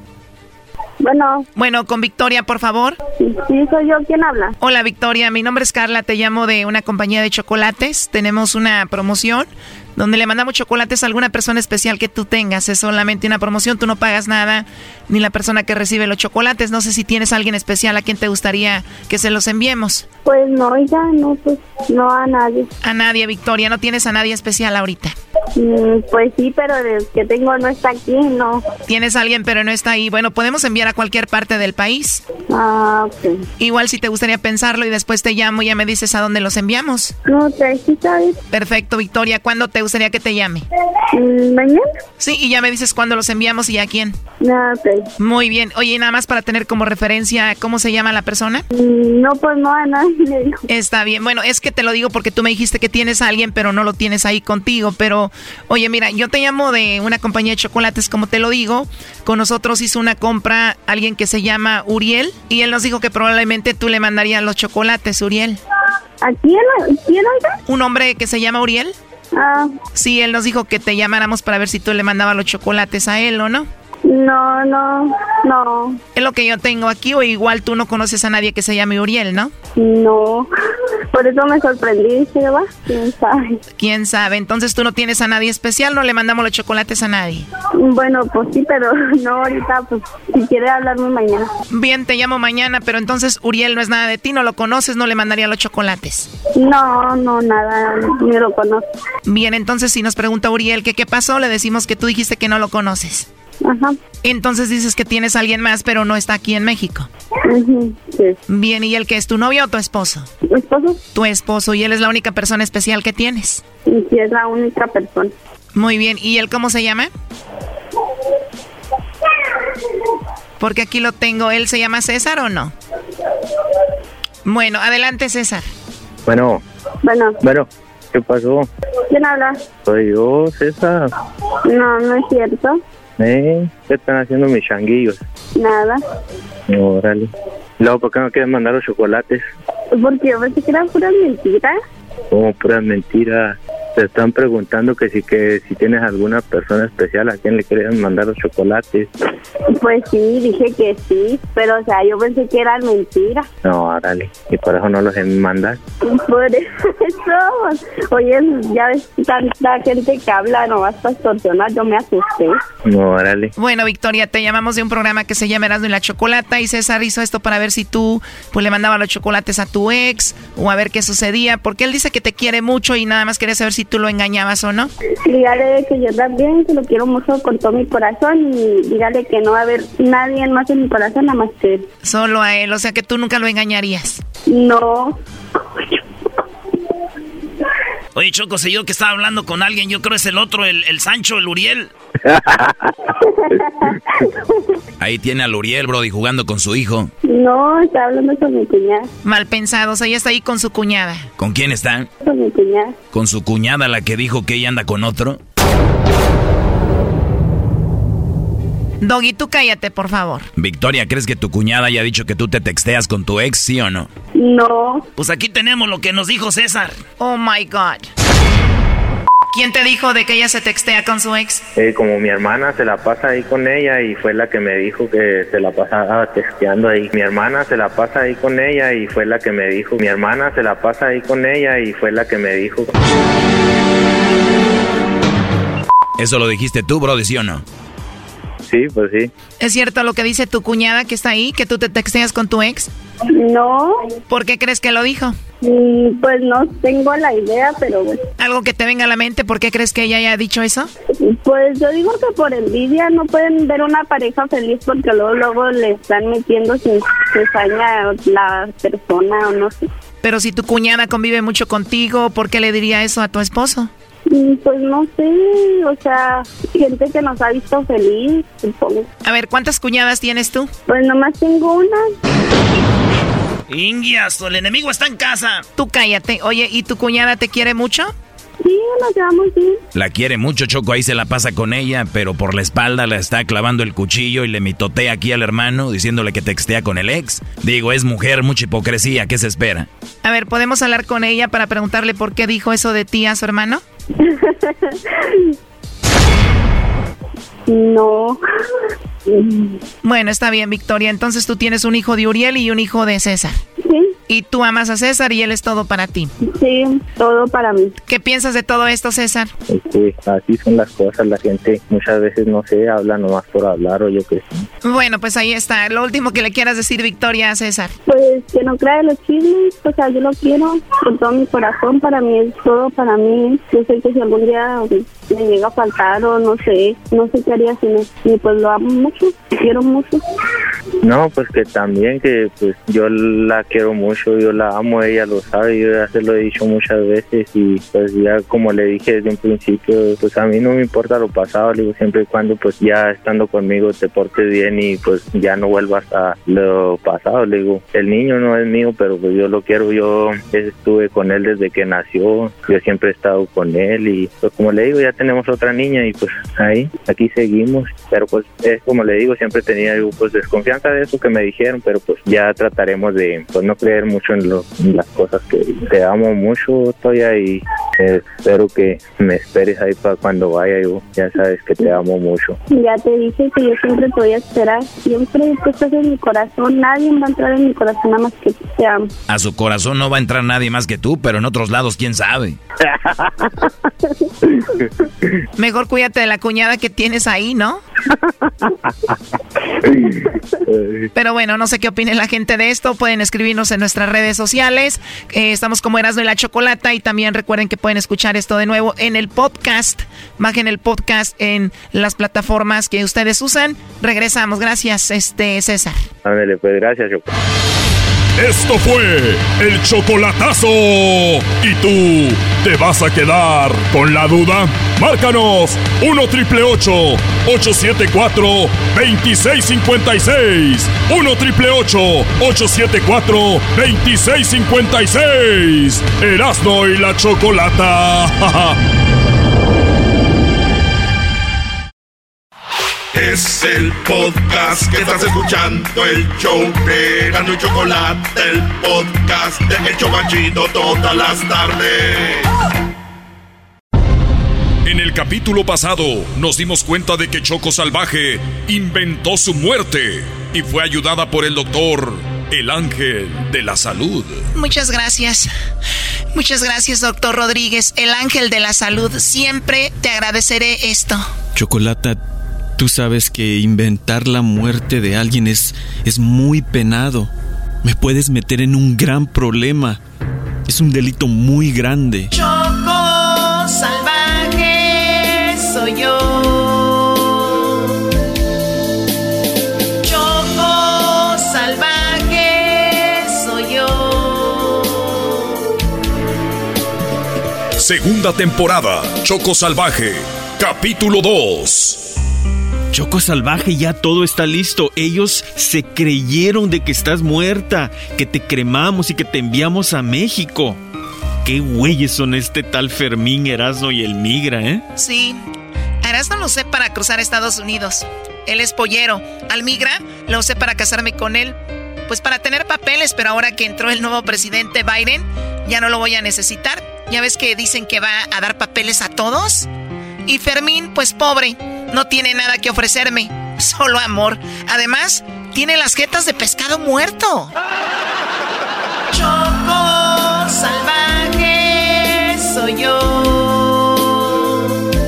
Bueno, con Victoria, por favor. Sí, soy yo. ¿Quién habla? Hola, Victoria. Mi nombre es Carla. Te llamo de una compañía de chocolates. Tenemos una promoción donde le mandamos chocolates a alguna persona especial que tú tengas. Es solamente una promoción. Tú no pagas nada, ni la persona que recibe los chocolates. No sé si tienes a alguien especial a quien te gustaría que se los enviemos. Pues no, ya no, pues no a nadie. A nadie, Victoria. ¿No tienes a nadie especial ahorita? Pues sí, pero el que tengo no está aquí, no. Tienes a alguien, pero no está ahí. Bueno, podemos enviar a cualquier parte del país. Ah, ok. Igual si te gustaría pensarlo y después te llamo y ya me dices a dónde los enviamos. No, sí, está bien. Perfecto, Victoria. ¿Cuándo te gustaría que te llame? ¿Mañana? Sí, y ya me dices cuándo los enviamos y a quién. Ah, ok. Muy bien. Oye, nada más para tener como referencia, ¿cómo se llama la persona? No, pues no a nadie le dijo. Está bien. Bueno, es que te lo digo porque tú me dijiste que tienes a alguien, pero no lo tienes ahí contigo. Pero, oye, mira, yo te llamo de una compañía de chocolates, como te lo digo. Con nosotros hizo una compra alguien que se llama Uriel y él nos dijo que probablemente tú le mandarías los chocolates, Uriel. ¿A quién oiga? ¿Un hombre que se llama Uriel? Ah. Sí, él nos dijo que te llamáramos para ver si tú le mandabas los chocolates a él o no. No. Es lo que yo tengo aquí, o igual tú no conoces a nadie que se llame Uriel, ¿no? No, por eso me sorprendí, ¿va? ¿Quién sabe? ¿Quién sabe? Entonces tú no tienes a nadie especial, no le mandamos los chocolates a nadie. Bueno, pues sí, pero no ahorita, pues si quiere hablarme mañana. Bien, te llamo mañana, pero entonces Uriel no es nada de ti, no lo conoces, no le mandaría los chocolates. No, nada, ni lo conozco. Bien, entonces si nos pregunta Uriel que qué pasó, le decimos que tú dijiste que no lo conoces. Ajá. Entonces dices que tienes a alguien más, pero no está aquí en México. Sí. Bien, ¿y él qué es, tu novio o tu esposo? ¿Tu esposo? Tu esposo, ¿y él es la única persona especial que tienes? Sí, es la única persona. Muy bien, ¿y él cómo se llama? Porque aquí lo tengo, ¿él se llama César o no? Bueno, adelante, César. Bueno, ¿qué pasó? ¿Quién habla? Soy yo, César. No es cierto. ¿Qué están haciendo mis changuillos? Nada. Órale. Luego, ¿por qué no quieren mandar los chocolates? Porque yo pensé que eran puras mentiras. Como puras mentiras. Te están preguntando que si tienes alguna persona especial a quien le querían mandar los chocolates. Pues sí, dije que sí, pero o sea, yo pensé que eran mentiras. No, órale. Y por eso no los mandas. Por eso. Oye, ya ves tanta gente que habla nomás para extorsionar, yo me asusté. No, órale. Bueno, Victoria, te llamamos de un programa que se llama Erasmo y la Chocolata y César hizo esto para ver si tú pues le mandabas los chocolates a tu ex o a ver qué sucedía, porque él dice que te quiere mucho y nada más quería saber si tú lo engañabas o no. Dígale que yo también, que lo quiero mucho con todo mi corazón y dígale que no va a haber nadie más en mi corazón nada más que él. Solo a él, o sea que tú nunca lo engañarías. No. Oye, Choco, si yo que estaba hablando con alguien, yo creo es el otro, el Sancho, el Uriel. Ahí tiene al Uriel, brody, jugando con su hijo. No, está hablando con mi cuñada. Mal pensado, o sea, ella está ahí con su cuñada. ¿Con quién está? Con mi cuñada. ¿Con su cuñada, la que dijo que ella anda con otro? Doggy, tú cállate, por favor. Victoria, ¿crees que tu cuñada haya dicho que tú te texteas con tu ex, sí o no? No. Pues aquí tenemos lo que nos dijo César. Oh, my God. ¿Quién te dijo de que ella se textea con su ex? Como mi hermana se la pasa ahí con ella y fue la que me dijo que se la pasaba texteando ahí. Mi hermana se la pasa ahí con ella y fue la que me dijo. Mi hermana se la pasa ahí con ella y fue la que me dijo. ¿Eso lo dijiste tú, brody, sí o no? Sí, pues sí. ¿Es cierto lo que dice tu cuñada que está ahí, que tú te texteas con tu ex? No. ¿Por qué crees que lo dijo? Pues no tengo la idea, pero bueno. ¿Algo que te venga a la mente? ¿Por qué crees que ella haya dicho eso? Pues yo digo que por envidia no pueden ver una pareja feliz porque luego le están metiendo sin cizaña la persona o no sé. Pero si tu cuñada convive mucho contigo, ¿por qué le diría eso a tu esposo? Pues no sé, o sea, gente que nos ha visto feliz, supongo. A ver, ¿cuántas cuñadas tienes tú? Pues nomás tengo una. Ingias, el enemigo está en casa. Tú cállate. Oye, ¿y tu cuñada te quiere mucho? Sí, nos llevamos bien. La quiere mucho, Choco, ahí se la pasa con ella, pero por la espalda la está clavando el cuchillo y le mitotea aquí al hermano, diciéndole que textea con el ex. Digo, es mujer, mucha hipocresía, ¿qué se espera? A ver, ¿podemos hablar con ella para preguntarle por qué dijo eso de ti a su hermano? No. Bueno, está bien, Victoria. Entonces tú tienes un hijo de Uriel y un hijo de César. Sí. Y tú amas a César y él es todo para ti. Sí, todo para mí. ¿Qué piensas de todo esto, César? Así son las cosas, la gente muchas veces no sé, habla nomás por hablar o yo qué sé. Bueno, pues ahí está. Lo último que le quieras decir, Victoria, a César. Pues que no crea los chismes, o sea, yo lo quiero con todo mi corazón, para mí es todo para mí. Yo sé que si algún día me llega a faltar o no sé qué haría sin él. Y pues lo amo mucho, quiero mucho. No, pues que también que pues yo la quiero mucho, yo la amo, ella lo sabe, yo ya se lo he dicho muchas veces y pues ya como le dije desde un principio, pues a mí no me importa lo pasado, le digo, siempre y cuando pues ya estando conmigo te portes bien y pues ya no vuelvas a lo pasado, le digo, el niño no es mío, pero pues yo lo quiero, yo estuve con él desde que nació, yo siempre he estado con él y pues como le digo, ya tenemos otra niña y pues aquí seguimos, pero pues es como le digo, siempre tenía yo pues desconfianza de eso que me dijeron, pero pues ya trataremos de pues no creer mucho en las cosas. Que te amo mucho, Toya, y espero que me esperes ahí para cuando vaya. Yo ya sabes que te amo mucho. Ya te dije que yo siempre te voy a esperar, siempre tú estás en mi corazón, nadie va a entrar en mi corazón nada más que te amo. A su corazón no va a entrar nadie más que tú, pero en otros lados quién sabe. Mejor cuídate de la cuñada que tienes ahí, ¿no? Pero bueno, no sé qué opine la gente de esto. Pueden escribirnos en nuestras redes sociales. Estamos como Erasmo y la Chocolata. Y también recuerden que pueden escuchar esto de nuevo en el podcast. Bajen el podcast en las plataformas que ustedes usan. Regresamos. Gracias, César. Ándale, pues gracias, Choco. Esto fue el chocolatazo. ¿Y tú te vas a quedar con la duda? Márcanos 1-888-874-2656. 1-888-874-2656. Erasmo y la Chocolata. Es el podcast que estás escuchando, el show de Erasmo y Chocolate, el podcast de El Chobachito todas las tardes. En el capítulo pasado nos dimos cuenta de que Choco Salvaje inventó su muerte y fue ayudada por el doctor, el ángel de la salud. Muchas gracias. Muchas gracias, doctor Rodríguez, el ángel de la salud. Siempre te agradeceré esto. Chocolata, tú sabes que inventar la muerte de alguien es muy penado. Me puedes meter en un gran problema. Es un delito muy grande. Choco Salvaje soy yo. Choco Salvaje soy yo. Segunda temporada, Choco Salvaje, capítulo 2. Choco Salvaje, ya todo está listo. Ellos se creyeron de que estás muerta, que te cremamos y que te enviamos a México. Qué güeyes son este tal Fermín, Erasmo y el Migra, ¿eh? Sí, a Erasmo lo usé para cruzar a Estados Unidos. Él es pollero. Al Migra lo usé para casarme con él, pues para tener papeles, pero ahora que entró el nuevo presidente Biden, ya no lo voy a necesitar. Ya ves que dicen que va a dar papeles a todos. Y Fermín, pues pobre, no tiene nada que ofrecerme, solo amor. Además, tiene las jetas de pescado muerto. Choco Salvaje soy yo.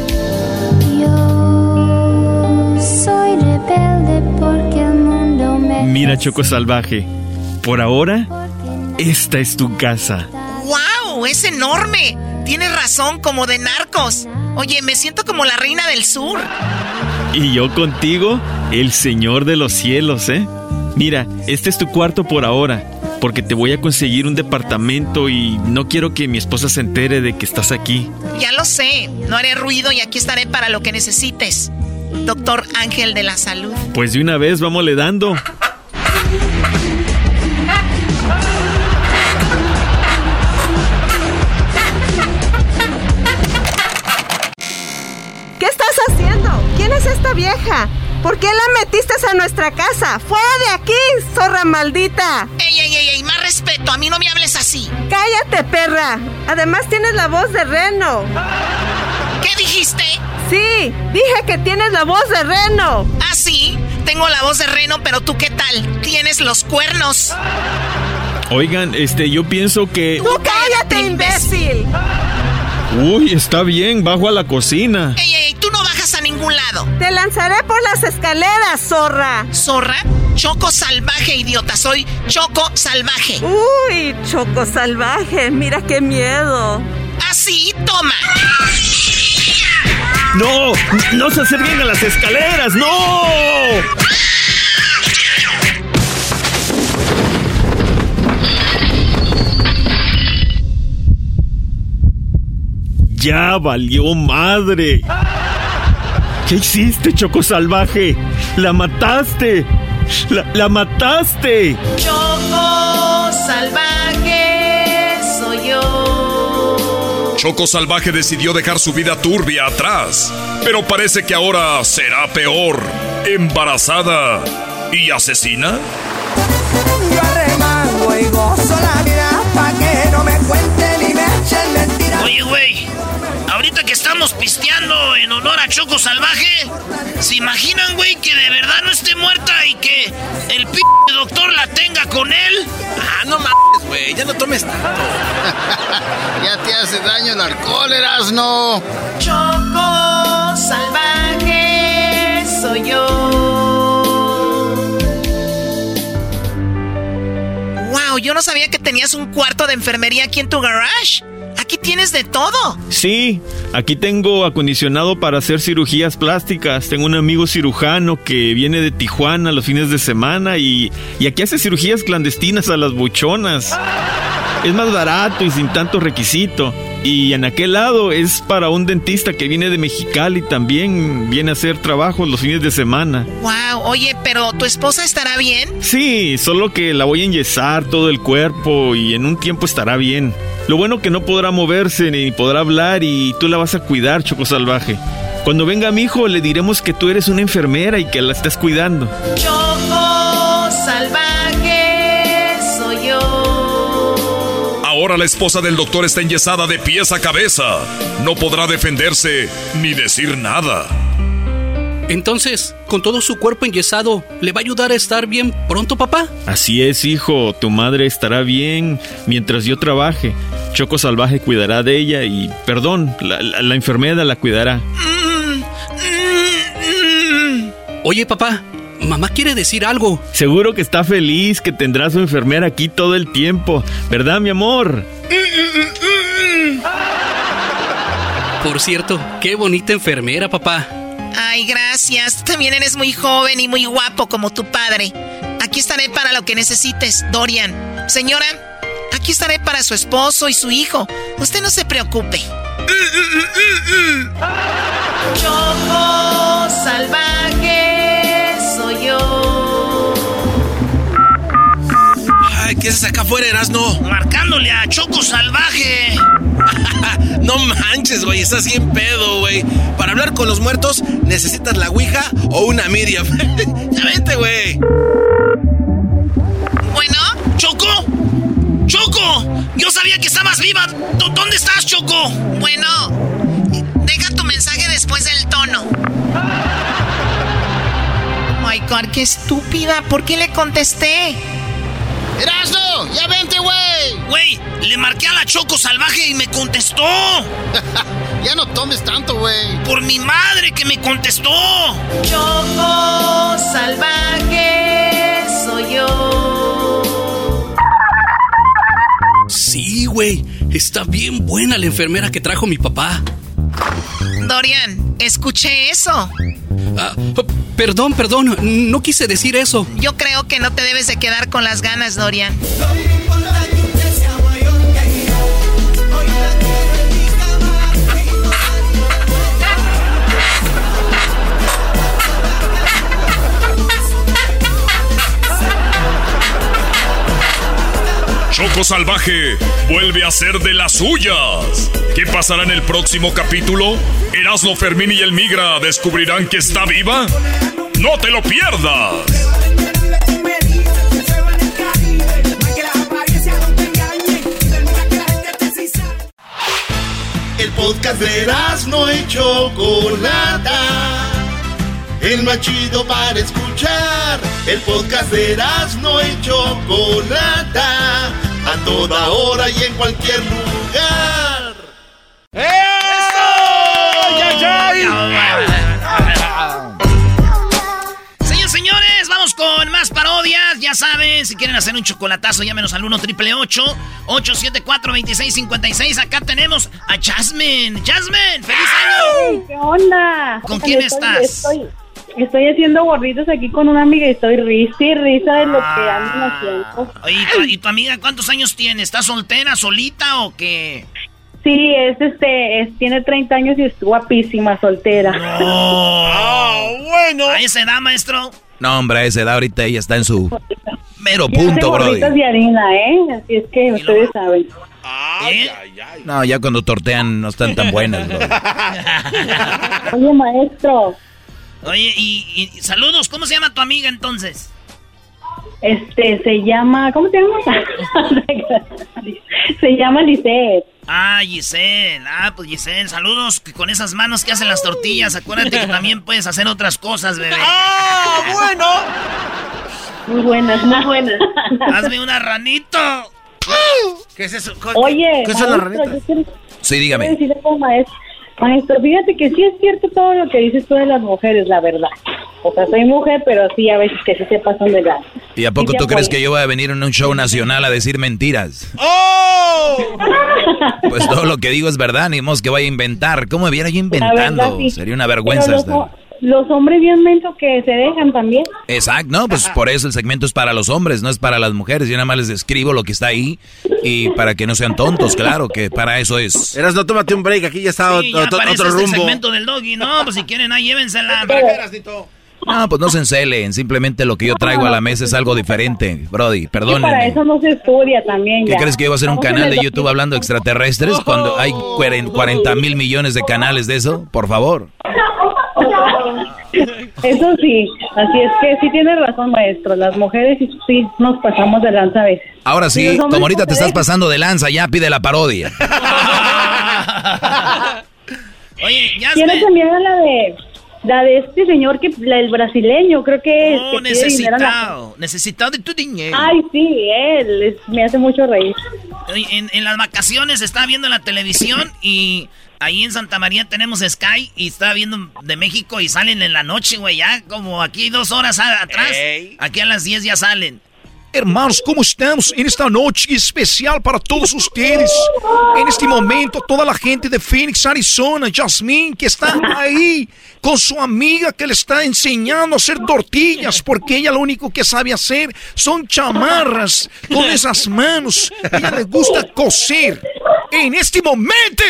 Yo soy rebelde porque el mundo me... Mira, Choco Salvaje, por ahora, esta es tu casa. ¡Wow! ¡Es enorme! Tienes razón, como de Narcos. Oye, me siento como la reina del sur. Y yo contigo, el señor de los cielos, ¿eh? Mira, este es tu cuarto por ahora, porque te voy a conseguir un departamento y no quiero que mi esposa se entere de que estás aquí. Ya lo sé, no haré ruido y aquí estaré para lo que necesites. Doctor Ángel de la Salud. Pues de una vez, vámonos dando. ¿Qué estás haciendo? ¿Quién es esta vieja? ¿Por qué la metiste a nuestra casa? ¡Fuera de aquí, zorra maldita! ¡Ey! Más respeto, a mí no me hables así. ¡Cállate, perra! Además tienes la voz de reno. ¿Qué dijiste? Sí, dije que tienes la voz de reno. ¿Ah, sí? Te tengo la voz de reno, pero ¿tú qué tal? Tienes los cuernos. Oigan, yo pienso que... ¡Tú cállate, imbécil! Uy, está bien, bajo a la cocina. Ey, tú no bajas a ningún lado. Te lanzaré por las escaleras, zorra. ¿Zorra? Choco salvaje, idiota. Soy Choco salvaje. Uy, Choco salvaje. Mira qué miedo. Así, toma. ¡No! ¡No se acerquen a las escaleras! ¡No! ¡Ya valió madre! ¿Qué hiciste, Choco salvaje? ¡La mataste! ¡La mataste! Choco salvaje soy yo. Choco salvaje decidió dejar su vida turbia atrás, pero parece que ahora será peor. ¿Embarazada y asesina? Yo arremango y gozo la vida pa' que no me cuenten y me echen mentiras. Oye, güey, ahorita que estamos pisteando en honor a Choco Salvaje, ¿se imaginan, güey, que de verdad no esté muerta y que el doctor la tenga con él? Ah, no mames, güey, ya no tomes tanto. Ya te hace daño el alcohol, Erasno. Choco salvaje soy yo. Wow, yo no sabía que tenías un cuarto de enfermería aquí en tu garage. Aquí tienes de todo. Sí, aquí tengo acondicionado para hacer cirugías plásticas. Tengo un amigo cirujano que viene de Tijuana los fines de semana y aquí hace cirugías clandestinas a las buchonas. Es más barato y sin tanto requisito. Y en aquel lado es para un dentista que viene de Mexicali, también viene a hacer trabajo los fines de semana. Wow, oye, pero ¿tu esposa estará bien? Sí, solo que la voy a enyesar todo el cuerpo y en un tiempo estará bien. Lo bueno que no podrá moverse ni podrá hablar y tú la vas a cuidar, Choco Salvaje. Cuando venga mi hijo le diremos que tú eres una enfermera y que la estás cuidando. Choco salvaje soy yo. Ahora la esposa del doctor está enyesada de pies a cabeza. No podrá defenderse ni decir nada. Entonces, con todo su cuerpo enyesado, ¿le va a ayudar a estar bien pronto, papá? Así es, hijo. Tu madre estará bien mientras yo trabaje. Choco Salvaje cuidará de ella y, perdón, la enfermera la cuidará. Oye, papá, mamá quiere decir algo. Seguro que está feliz que tendrá a su enfermera aquí todo el tiempo. ¿Verdad, mi amor? Por cierto, qué bonita enfermera, papá. Ay, gracias. Tú también eres muy joven y muy guapo como tu padre. Aquí estaré para lo que necesites, Dorian. Señora, aquí estaré para su esposo y su hijo. Usted no se preocupe. Choco salvaje soy yo. Ay, ¿qué haces acá afuera, Erasno? Marcándole a Choco Salvaje. No manches, güey, estás bien pedo, güey. Para hablar con los muertos, ¿necesitas la ouija o una Miriam? Ya vete, güey. Bueno, ¿Choco? ¡Choco! Yo sabía que estabas viva. ¿Dónde estás, Choco? Bueno, deja tu mensaje después del tono. Oh my God, qué estúpida. ¿Por qué le contesté? ¡Erasno! ¡Ya vente, güey! Güey, le marqué a la Choco Salvaje y me contestó. Ya no tomes tanto, güey. Por mi madre que me contestó. Choco Salvaje soy yo. Sí, güey, está bien buena la enfermera que trajo mi papá. Dorian, escuché eso. Perdón, no quise decir eso. Yo creo que no te debes de quedar con las ganas, Dorian. Choco Salvaje vuelve a ser de las suyas. ¿Qué pasará en el próximo capítulo? ¿Erasmo, Fermín y el Migra descubrirán que está viva? ¡No te lo pierdas! El podcast de Erasmo y Chocolata, el más chido para escuchar. El podcast de Erazno y Chocolata, a toda hora y en cualquier lugar. Señores, vamos con más parodias. Ya saben, si quieren hacer un chocolatazo, llámenos al 1-888-874-2656. Acá tenemos a Jasmine. Jasmine, ¡feliz año! ¿Qué onda? ¿Con quién estás? Estoy haciendo gorritos aquí con una amiga y estoy risa y risa de lo que andan haciendo. Oye, ¿y tu amiga cuántos años tiene? ¿Está soltera, solita o qué? Sí, tiene 30 años y es guapísima, soltera. Bueno. ¿A esa edad, maestro? No, hombre, a esa edad ahorita ella está en su mero Y punto, hace brody. gorritos de harina, Así es que ustedes saben. No, ya cuando tortean no están tan buenas, brody. Oye, maestro. Oye, y saludos, ¿cómo se llama tu amiga entonces? Se llama, ¿cómo se llama? Se llama Lisette. Ah, Giselle. Ah, pues Giselle, saludos, que con esas manos que hacen las tortillas, acuérdate que también puedes hacer otras cosas, bebé. ¡Ah, bueno! Muy buenas, muy buenas. Hazme una ranito. ¿Qué es eso? Oye, ¿Qué son las maestro, ranitas? yo quiero Sí, dígame. decirle como maestro, fíjate que sí es cierto todo lo que dices tú de las mujeres, la verdad. O sea, soy mujer, pero sí a veces que sí se pasan de gas. ¿Y a poco Sí, tú te crees apoyo. que yo voy a venir en un show nacional a decir mentiras? ¡Oh! Pues todo lo que digo es verdad, ni modo que vaya a inventar. ¿Cómo me viera yo inventando? verdad, sí. Sería una vergüenza Pero estar. los hombres bien mensos que se dejan también. Exacto, no, pues por eso el segmento es para los hombres, no es para las mujeres. Yo nada más les describo lo que está ahí y para que no sean tontos, claro, que para eso es. Erasno, tómate un break, aquí ya está Sí, ya aparece otro este rumbo. segmento del Doggy. No, pues si quieren, ahí llévensela. No, pues no se encelen, simplemente lo que yo traigo a la mesa es algo diferente, Brody, Y para perdónenme. eso no se estudia también. ¿Qué ya. crees que yo voy a hacer un Estamos en canal el de YouTube hablando de extraterrestres cuando hay 40 mil millones de canales de eso? Por favor. Eso sí, así es que sí tienes razón, maestro. Las mujeres sí nos pasamos de lanza a veces. Ahora Y sí, los hombres como ahorita te se estás dejan. pasando de lanza, ya pide la parodia. Oye, ya Tiene también la de este señor el brasileño, creo que Oh, que pide dinero a la- necesitado. Necesitado de tu dinero. Ay, sí, él me hace mucho reír. Oye, en las vacaciones estaba viendo la televisión y ahí en Santa María tenemos Sky y estaba viendo de México y salen en la noche, güey, ya como aquí 2 horas atrás. Aquí a las 10 ya salen. Hermanos, ¿cómo estamos en esta noche especial para todos ustedes? En este momento, toda la gente de Phoenix, Arizona, Jasmine, que está ahí con su amiga que le está enseñando a hacer tortillas, porque ella lo único que sabe hacer son chamarras con esas manos. Ella le gusta coser. En este momento.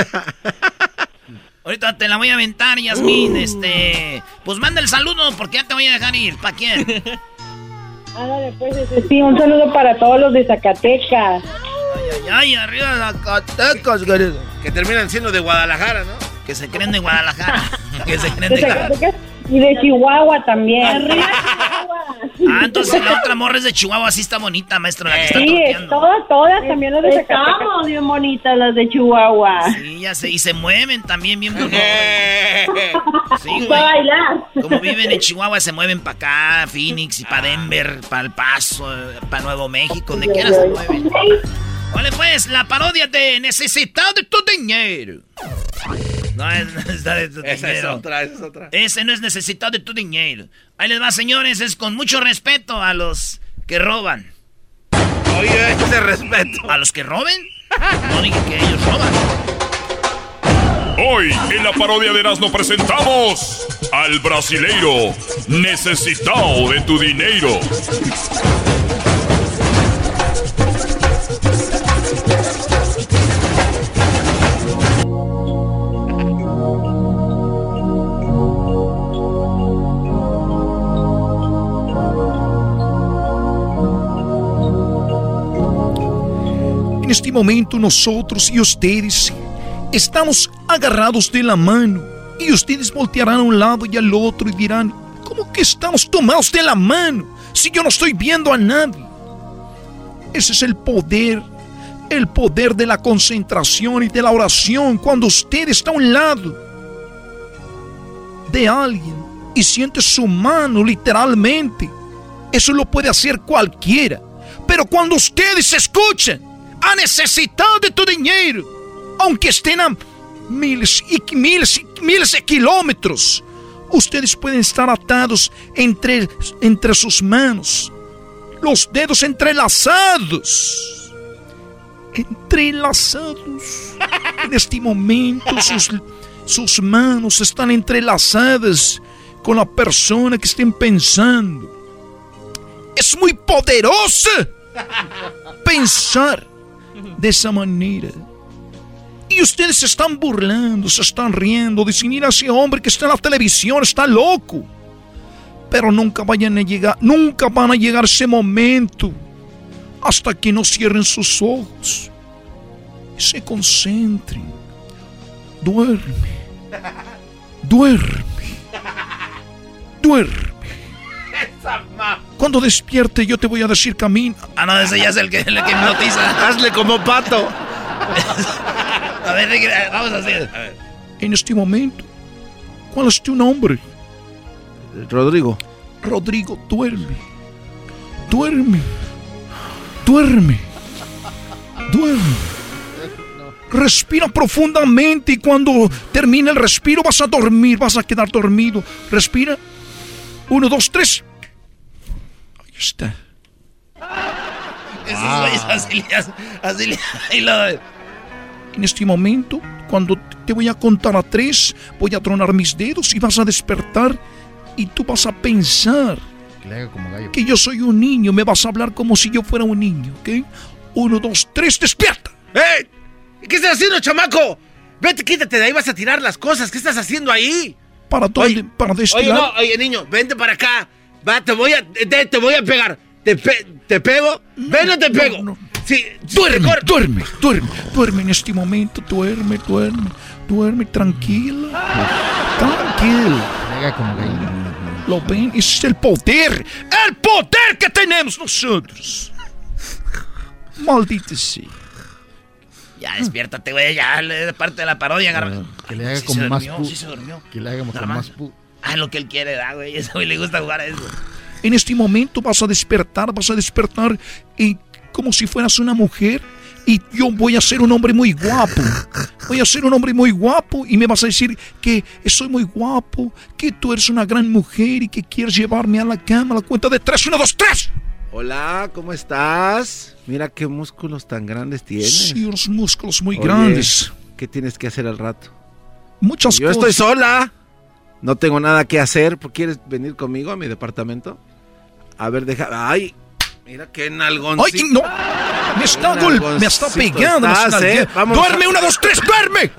Ahorita te la voy a aventar, Yasmín. Pues manda el saludo porque ya te voy a dejar ir. ¿Para quién? Ándale, pues, sí, un saludo para todos los de Zacatecas. Ay, arriba de Zacatecas, que terminan siendo de Guadalajara, ¿no? Que se creen de Guadalajara. Que se creen De de Zacatecas y de Chihuahua también. Ah, entonces la otra morra es de Chihuahua, así está bonita, maestro, la que está Sí, torteando. todas también las de Zacatecas. Estamos bien bonitas las de Chihuahua. Sí, ya sé, y se mueven también bien bonitos. Sí, güey. Para bailar. Como viven en Chihuahua, se mueven para acá, Phoenix y para Denver, para El Paso, para Nuevo México, donde quiera se mueven. Vale, pues, la parodia de Necesitado de tu dinero. No es Necesitado de tu Esa dinero. es otra, esa es otra. Ese no es Necesitado de tu dinero. Ahí les va, señores, es con mucho respeto a los que roban. Oye, ese respeto. ¿A los que roben? No dije que ellos roban. Hoy en la parodia de Erasmo presentamos al brasileiro necesitado de tu dinero. En este momento nosotros y ustedes estamos agarrados de la mano y ustedes voltearán a un lado y al otro y dirán, ¿cómo que estamos tomados de la mano si yo no estoy viendo a nadie? Ese es el poder de la concentración y de la oración cuando usted está a un lado de alguien y sientes su mano literalmente. Eso lo puede hacer cualquiera. Pero cuando ustedes escuchan a necesitar de tu dinero, aunque estén a miles y miles y miles de kilómetros, ustedes pueden estar atados entre sus manos, los dedos entrelazados. En este momento sus manos están entrelazadas con la persona que estén pensando. Es muy poderoso pensar de esa manera. Y ustedes se están burlando, se están riendo, dicen, mira, ese hombre que está en la televisión está loco. Pero nunca van a llegar ese momento hasta que no cierren sus ojos y se concentren. Duerme. Cuando despierte yo te voy a decir camino. Ah, no, ese ya es el que hipnotiza. Hazle como Pato. A ver, vamos a hacer. A ver. En este momento, ¿cuál es tu nombre? Rodrigo. Rodrigo, duerme. Respira profundamente y cuando termine el respiro vas a dormir, vas a quedar dormido. Respira. 1, 2, 3. Ahí está. En este momento, cuando te voy a contar a 3, voy a tronar mis dedos y vas a despertar y tú vas a pensar que le haga como gallo. Que yo soy un niño, me vas a hablar como si yo fuera un niño, ¿ok? 1, 2, 3, despierta. ¡Ey! ¿Qué estás haciendo, chamaco? Vete, quítate de ahí, vas a tirar las cosas. ¿Qué estás haciendo ahí? ¿Para dónde? Oye, ¿Para destilar? Oye, niño, vente para acá. Va, te voy a pegar. ¿Te pego? Ven o te pego. No. Sí, Duerme en este momento. Duerme, tranquilo. Haga como gallo. ¿Lo ven? Ese es el poder que tenemos nosotros. Maldito sea. Ya, despiértate, güey, ya, parte de la parodia, Garbanzo. Que le haga como más pu. Sí se durmió. Que le haga como más pu. Ah, lo que él quiere, güey, ese güey le gusta jugar a eso. En este momento vas a despertar y como si fueras una mujer y yo voy a ser un hombre muy guapo. Y me vas a decir que soy muy guapo, que tú eres una gran mujer y que quieres llevarme a la cama a la cuenta de 3. 1, 2, 3. Hola, ¿cómo estás? Mira qué músculos tan grandes tienes. Sí, unos músculos muy grandes. ¿Qué tienes que hacer al rato? Muchas cosas. Yo estoy sola. No tengo nada que hacer. ¿Quieres venir conmigo a mi departamento? A ver, Ay, mira qué nalgoncito. ¡Ay, no! Me está pegando. ¡Duerme! 1, 2, 3, duerme.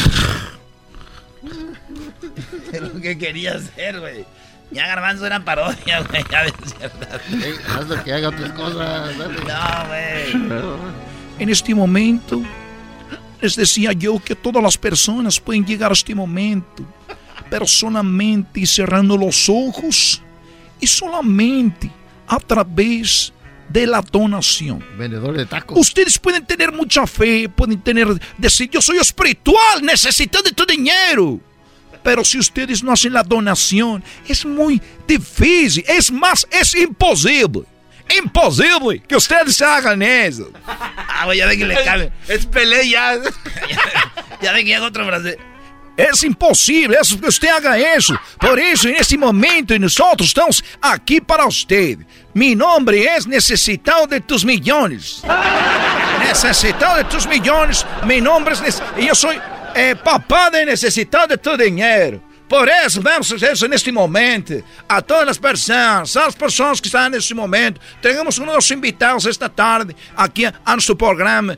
Es lo que quería hacer, güey. Ya, Garbanzo, era parodia, güey. Ya ves, haz lo que haga otras cosas. Dale. No, güey. En este momento, les decía yo que todas las personas pueden llegar a este momento, pero solamente cerrando los ojos y solamente a través de la donación. Vendedor de tacos. Ustedes pueden tener mucha fe, decir, yo soy espiritual, necesito de tu dinero. Pero si ustedes no hacen la donación, es muy difícil. Es imposible. Imposible que ustedes hagan eso. Güey, ya de que le cabe. Es Pelé ya. Ya de que haga otro frase. Es imposible que usted haga eso. Por eso, en este momento, nosotros estamos aquí para usted. Mi nombre es Necesitado de tus Millones. Necesitado de tus Millones. Mi nombre es... Y yo soy... papá de Necesitado de tu Dinheiro. Por eso vamos a hacer eso en este momento. A todas las personas que están en este momento. Tenemos uno de los invitados esta tarde aquí a nuestro programa.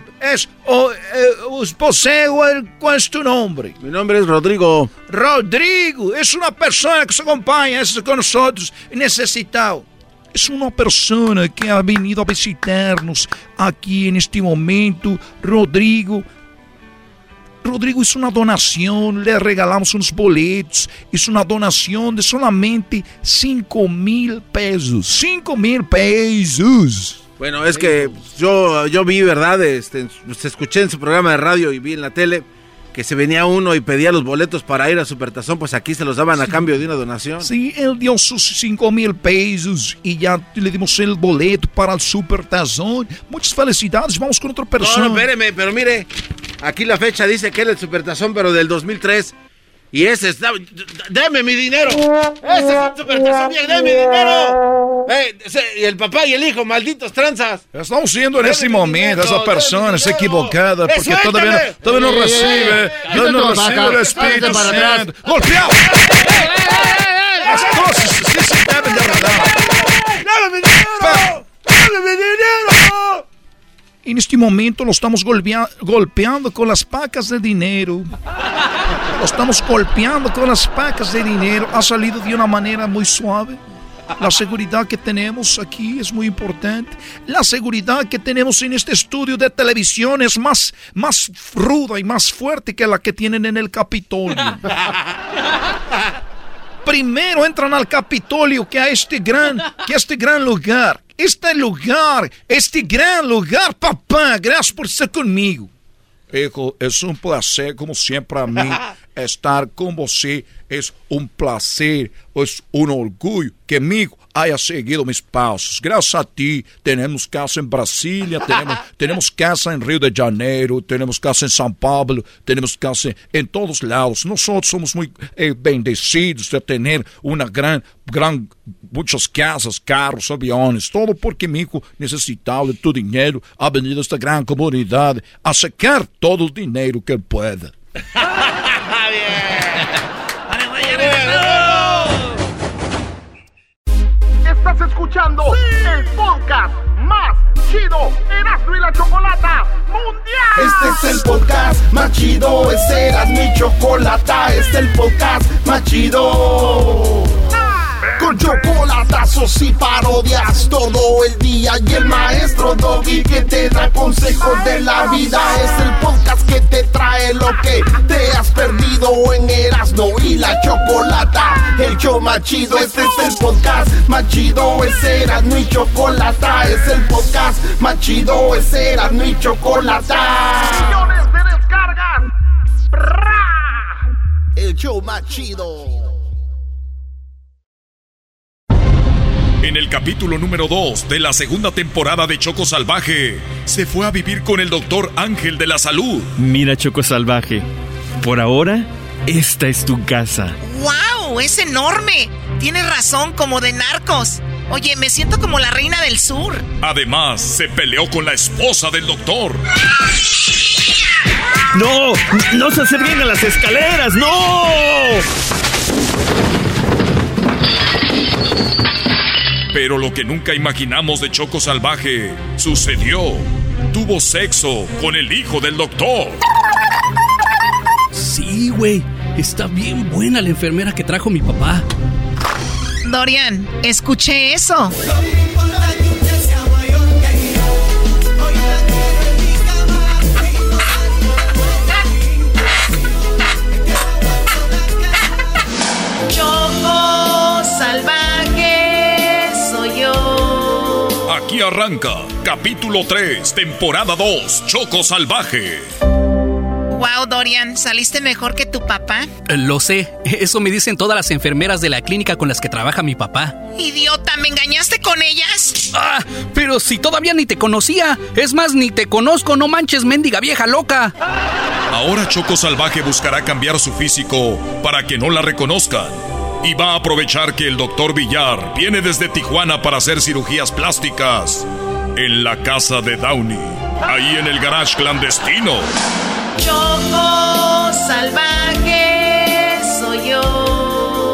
¿Cuál es tu nombre? Mi nombre es Rodrigo. Rodrigo es una persona que se acompaña con nosotros necesitado. Es una persona que ha venido a visitarnos aquí en este momento. Rodrigo hizo una donación, le regalamos unos boletos, hizo una donación de solamente 5,000 pesos. 5,000 pesos. Bueno, es que yo vi, ¿verdad? Escuché en su programa de radio y vi en la tele que se venía uno y pedía los boletos para ir a Supertazón, pues aquí se los daban a cambio de una donación. Sí, él dio sus 5,000 pesos y ya le dimos el boleto para el Supertazón. Muchas felicidades, vamos con otra persona. No, espéreme, pero mire, aquí la fecha dice que era el Supertazón, pero del 2003. Y ese está... ¡Deme mi dinero! ¡Ese es el Supertazón, viejo! ¡Deme mi dinero! Y el papá y el hijo, malditos tranzas. Estamos viendo en ese momento, esa persona es equivocada porque todavía no recibe el Espíritu Santo. ¡Golpeado! Las cosas sí se deben de arreglar. ¡Dame mi dinero! ¡Dame mi dinero! En este momento lo estamos golpeando con las pacas de dinero. Lo estamos golpeando con las pacas de dinero. Ha salido de una manera muy suave. La seguridad que tenemos aquí es muy importante. La seguridad que tenemos en este estudio de televisión es más ruda y más fuerte que la que tienen en el Capitolio. Primero entran al Capitolio que a este gran lugar. Este gran lugar, papá, gracias por estar conmigo. Hijo, es un placer, como siempre a mí, estar con você. Es un placer, es un orgullo que amigo haya seguido mis pasos. Gracias a ti, tenemos casa en Brasilia, tenemos casa en Río de Janeiro, tenemos casa en São Paulo, tenemos casa en todos lados. Nosotros somos muy bendecidos de tener una muchas casas, carros, aviones, todo porque mi hijo necesitaba de tu dinero, ha venido a esta gran comunidad a sacar todo el dinero que él pueda. Estás escuchando el podcast más chido, Erasmo y la Chocolata Mundial. Este es el podcast más chido, es Erasmo y Chocolata, este es el podcast más chido. Con chocolatazos y parodias todo el día. Y el maestro Doggy que te da consejos de la vida. Es el podcast que te trae lo que te has perdido en Erasmo y la Chocolata. El show más chido, este es el podcast más chido, es Erasmo y Chocolata. Es el podcast más chido, es Erasmo y Chocolata. Millones de descargas. El show más chido. En el capítulo número 2 de la segunda temporada de Choco Salvaje, se fue a vivir con el doctor Ángel de la Salud. Mira, Choco Salvaje, por ahora, esta es tu casa. ¡Wow! ¡Es enorme! Tienes razón, como de Narcos. Oye, me siento como la reina del sur. Además, se peleó con la esposa del doctor. ¡No! ¡No se acerquen a las escaleras! ¡No! Pero lo que nunca imaginamos de Choco Salvaje sucedió. Tuvo sexo con el hijo del doctor. Sí, güey. Está bien buena la enfermera que trajo mi papá. Dorian, escuché eso. Choco Salvaje soy yo. Aquí arranca capítulo 3, temporada 2, Choco Salvaje. Wow, Dorian, ¿saliste mejor que tu papá? Lo sé, eso me dicen todas las enfermeras de la clínica con las que trabaja mi papá. ¡Idiota! ¿Me engañaste con ellas? ¡Ah! Pero si todavía ni te conocía. Es más, ni te conozco, no manches, mendiga vieja loca. Ahora Choco Salvaje buscará cambiar su físico para que no la reconozcan. Y va a aprovechar que el doctor Villar viene desde Tijuana para hacer cirugías plásticas en la casa de Downey, ahí en el garage clandestino. Choco Salvaje soy yo.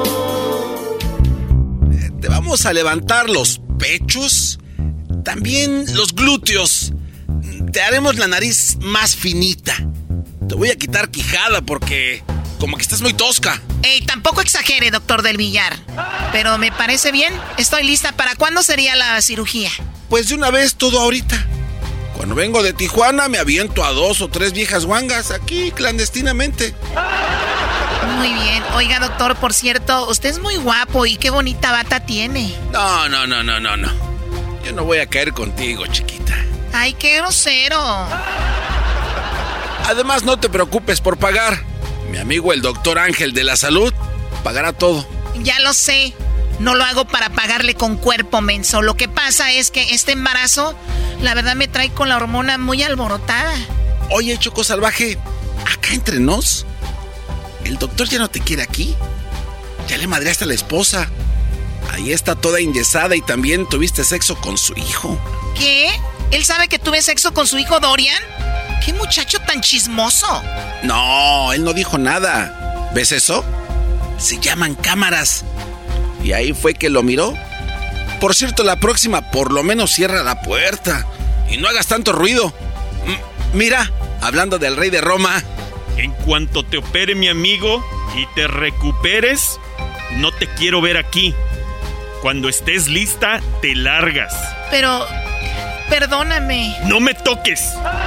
Te vamos a levantar los pechos, también los glúteos. Te haremos la nariz más finita. Te voy a quitar quijada porque como que estás muy tosca. Ey, tampoco exagere, doctor del Villar. Pero me parece bien. Estoy lista. ¿Para cuándo sería la cirugía? Pues de una vez, todo ahorita. Cuando vengo de Tijuana me aviento a 2 o 3 viejas guangas aquí clandestinamente. Muy bien. Oiga, doctor, por cierto, usted es muy guapo y qué bonita bata tiene. No. Yo no voy a caer contigo, chiquita. Ay, qué grosero. Además, no te preocupes por pagar. Mi amigo el doctor Ángel de la Salud pagará todo. Ya lo sé. No lo hago para pagarle con cuerpo, menso. Lo que pasa es que este embarazo, la verdad, me trae con la hormona muy alborotada. Oye, Choco Salvaje, acá entre nos, ¿el doctor ya no te quiere aquí? Ya le madreaste a la esposa. Ahí está toda enyesada y también tuviste sexo con su hijo. ¿Qué? ¿Él sabe que tuve sexo con su hijo Dorian? ¡Qué muchacho tan chismoso! No, él no dijo nada. ¿Ves eso? Se llaman cámaras. Y ahí fue que lo miró. Por cierto, la próxima por lo menos cierra la puerta. Y no hagas tanto ruido. Mira, hablando del rey de Roma. En cuanto te opere mi amigo y te recuperes, no te quiero ver aquí. Cuando estés lista, te largas. Pero, perdóname. ¡No me toques!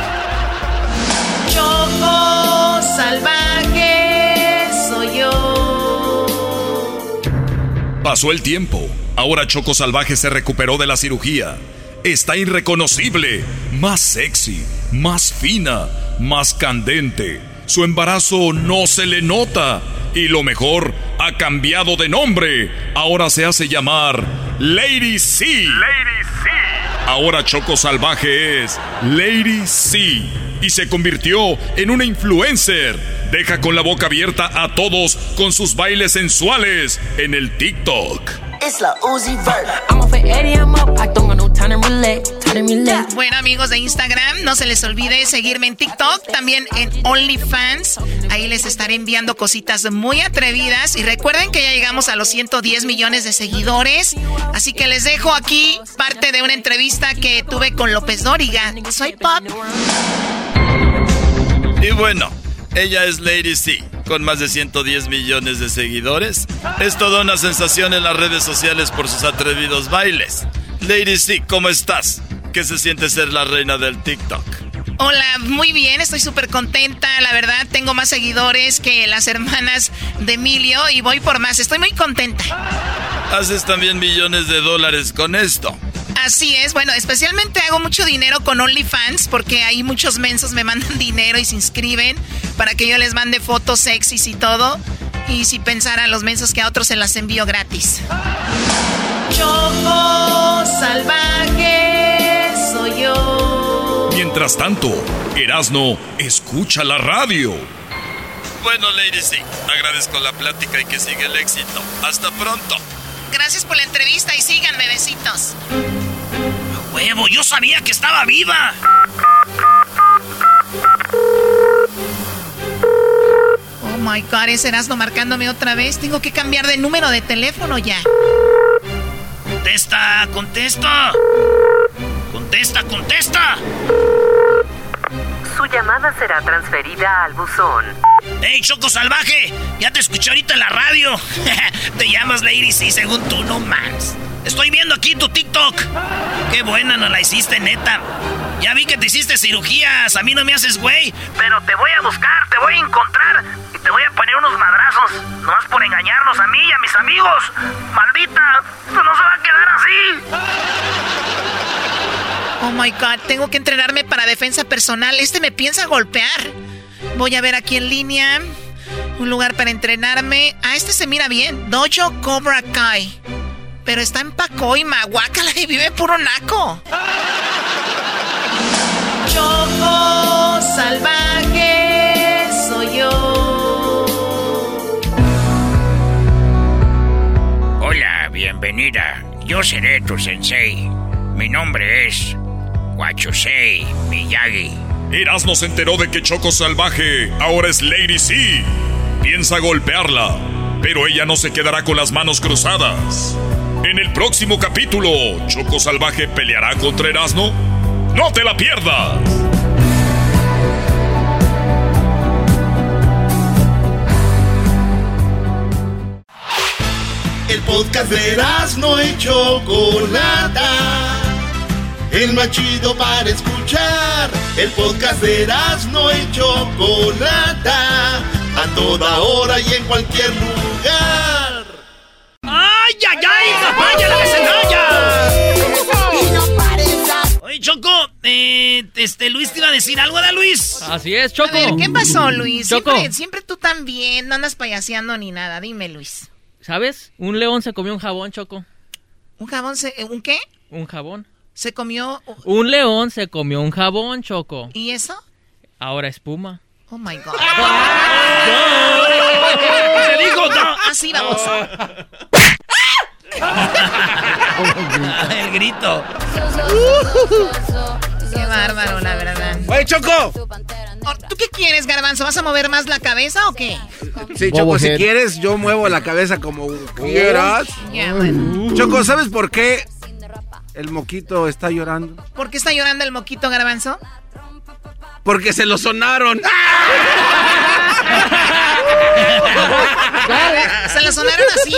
Choco Salvaje soy yo. Pasó el tiempo. Ahora Choco Salvaje se recuperó de la cirugía. Está irreconocible, más sexy, más fina, más candente. Su embarazo no se le nota. Y lo mejor, ha cambiado de nombre. Ahora se hace llamar Lady C. Lady C. Ahora Choco Salvaje es Lady C. Y se convirtió en una influencer. Deja con la boca abierta a todos con sus bailes sensuales en el TikTok. Bueno, amigos de Instagram, no se les olvide seguirme en TikTok, también en OnlyFans. Ahí les estaré enviando cositas muy atrevidas. Y recuerden que ya llegamos a los 110 millones de seguidores. Así que les dejo aquí parte de una entrevista que tuve con López Dóriga. Soy Pop. Y bueno, ella es Lady C, con más de 110 millones de seguidores. Es toda una sensación en las redes sociales por sus atrevidos bailes. Lady C, ¿cómo estás? ¿Qué se siente ser la reina del TikTok? Hola, muy bien, estoy súper contenta. La verdad, tengo más seguidores que las hermanas de Emilio y voy por más. Estoy muy contenta. Haces también millones de dólares con esto. Así es, bueno, especialmente hago mucho dinero con OnlyFans porque ahí muchos mensos me mandan dinero y se inscriben para que yo les mande fotos sexys y todo. Y si pensaran los mensos que a otros se las envío gratis. Choco Salvaje soy yo. Mientras tanto, Erasno escucha la radio. Bueno, Lady C, agradezco la plática y que siga el éxito. Hasta pronto. Gracias por la entrevista y síganme, besitos. ¡Huevo! ¡Yo sabía que estaba viva! Oh my God, ¿es Erasmo marcándome otra vez? Tengo que cambiar de número de teléfono ya. ¡Contesta! ¡Contesta! ¡Contesta! ¡Contesta! Su llamada será transferida al buzón. ¡Ey, Choco Salvaje! Ya te escuché ahorita en la radio. Te llamas Lady C, según tú, no más. Estoy viendo aquí tu TikTok. Qué buena nos la hiciste, neta. Ya vi que te hiciste cirugías. A mí no me haces güey. Pero te voy a buscar, te voy a encontrar y te voy a poner unos madrazos. Nomás por engañarnos a mí y a mis amigos. Maldita, esto no se va a quedar así. Oh my God, tengo que entrenarme para defensa personal. Me piensa golpear. Voy a ver aquí en línea un lugar para entrenarme. Se mira bien. Dojo Cobra Kai. Pero está en Pacoima, guácala, y vive puro naco. Choco Salvaje soy yo. Hola, bienvenida. Yo seré tu sensei. Mi nombre es Wachosei Miyagi. Erasmo se enteró de que Choco Salvaje ahora es Lady C. Piensa golpearla, pero ella no se quedará con las manos cruzadas. En el próximo capítulo, ¿Choco Salvaje peleará contra Erasmo? ¡No te la pierdas! El podcast de Erasmo y Chocolata, el más chido para escuchar. El podcast de Erasmo y Chocolata, a toda hora y en cualquier lugar. ¡Ay, ay, ay! ¡Papaya la que se engaña! Oye, Choco, Luis te iba a decir algo, ¿da, Luis? Así es, Choco. A ver, ¿qué pasó, Luis? Choco. Siempre tú también, no andas payaseando ni nada. Dime, Luis. ¿Sabes? Un león se comió un jabón, Choco. ¿Un jabón ¿un qué? Un jabón. Se comió... Un león se comió un jabón, Choco. ¿Y eso? Ahora espuma. Oh, my God. ¡Se dijo no! Así, baboso. El grito. Qué bárbaro, la verdad. ¡Oye, Choco! ¿Tú qué quieres, Garbanzo? ¿Vas a mover más la cabeza o qué? Sí, Choco, si quieres, yo muevo la cabeza como quieras. Ya, bueno. Choco, ¿sabes por qué el moquito está llorando? ¿Por qué está llorando el moquito, Garbanzo? Porque se lo sonaron. ¿Se lo sonaron así?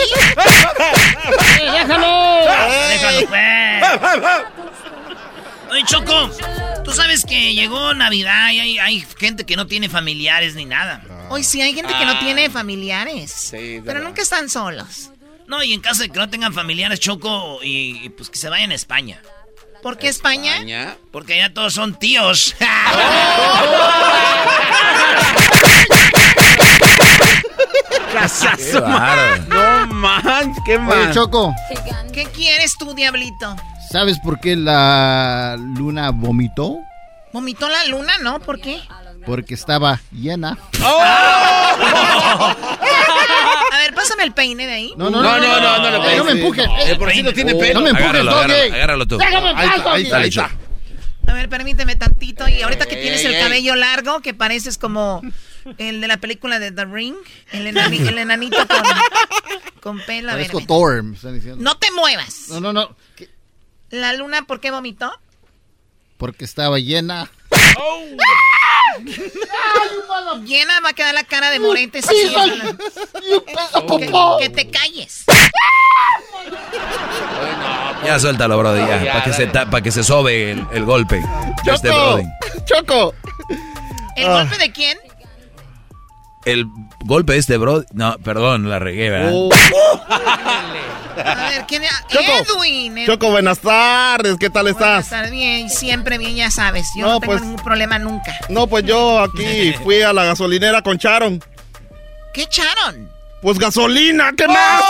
¡Déjalo! ¡Déjalo, pues! Oye, Choco, tú sabes que llegó Navidad y hay gente que no tiene familiares ni nada. Hoy sí hay gente que no tiene familiares. Sí, pero nunca están solos. No, y en caso de que no tengan familiares, Choco, y pues que se vayan a España. ¿Por qué España? Porque allá todos son tíos. ¡Casazo! No manches, qué mal. Oye, Choco, ¿Qué quieres tú, diablito? ¿sabes por qué la luna vomitó? ¿Vomitó la luna? ¿No? ¿Por qué? Porque estaba llena. A ver, pásame el peine de ahí. No me empujes. Por si no tiene pelo. No me empujes, Doggy. Agárralo tú. Déjame en paz, Doggy. Ahí está. A ver, permíteme tantito. Y ahorita que tienes el cabello largo, que pareces como el de la película de The Ring, el enanito con pelo. A ver, Parezco Thor, me están diciendo. no te muevas. No. ¿La luna por qué vomitó? Porque estaba llena. Llena va a quedar la cara de Morentes. Que te calles. Ya suéltalo, brody, ya. Para que se sobe el golpe. de este brody. ¡Choco! ¿El golpe de quién? El golpe de este brody. No, perdón, la regué, ¿verdad? A ver, ¿quién es? Choco, Edwin. Choco, buenas tardes, ¿qué tal estás? Estar bien, siempre bien, ya sabes. Yo no tengo ningún problema nunca. No, pues yo aquí fui a la gasolinera con Charon. ¿Qué Charon? Pues gasolina, ¿qué más?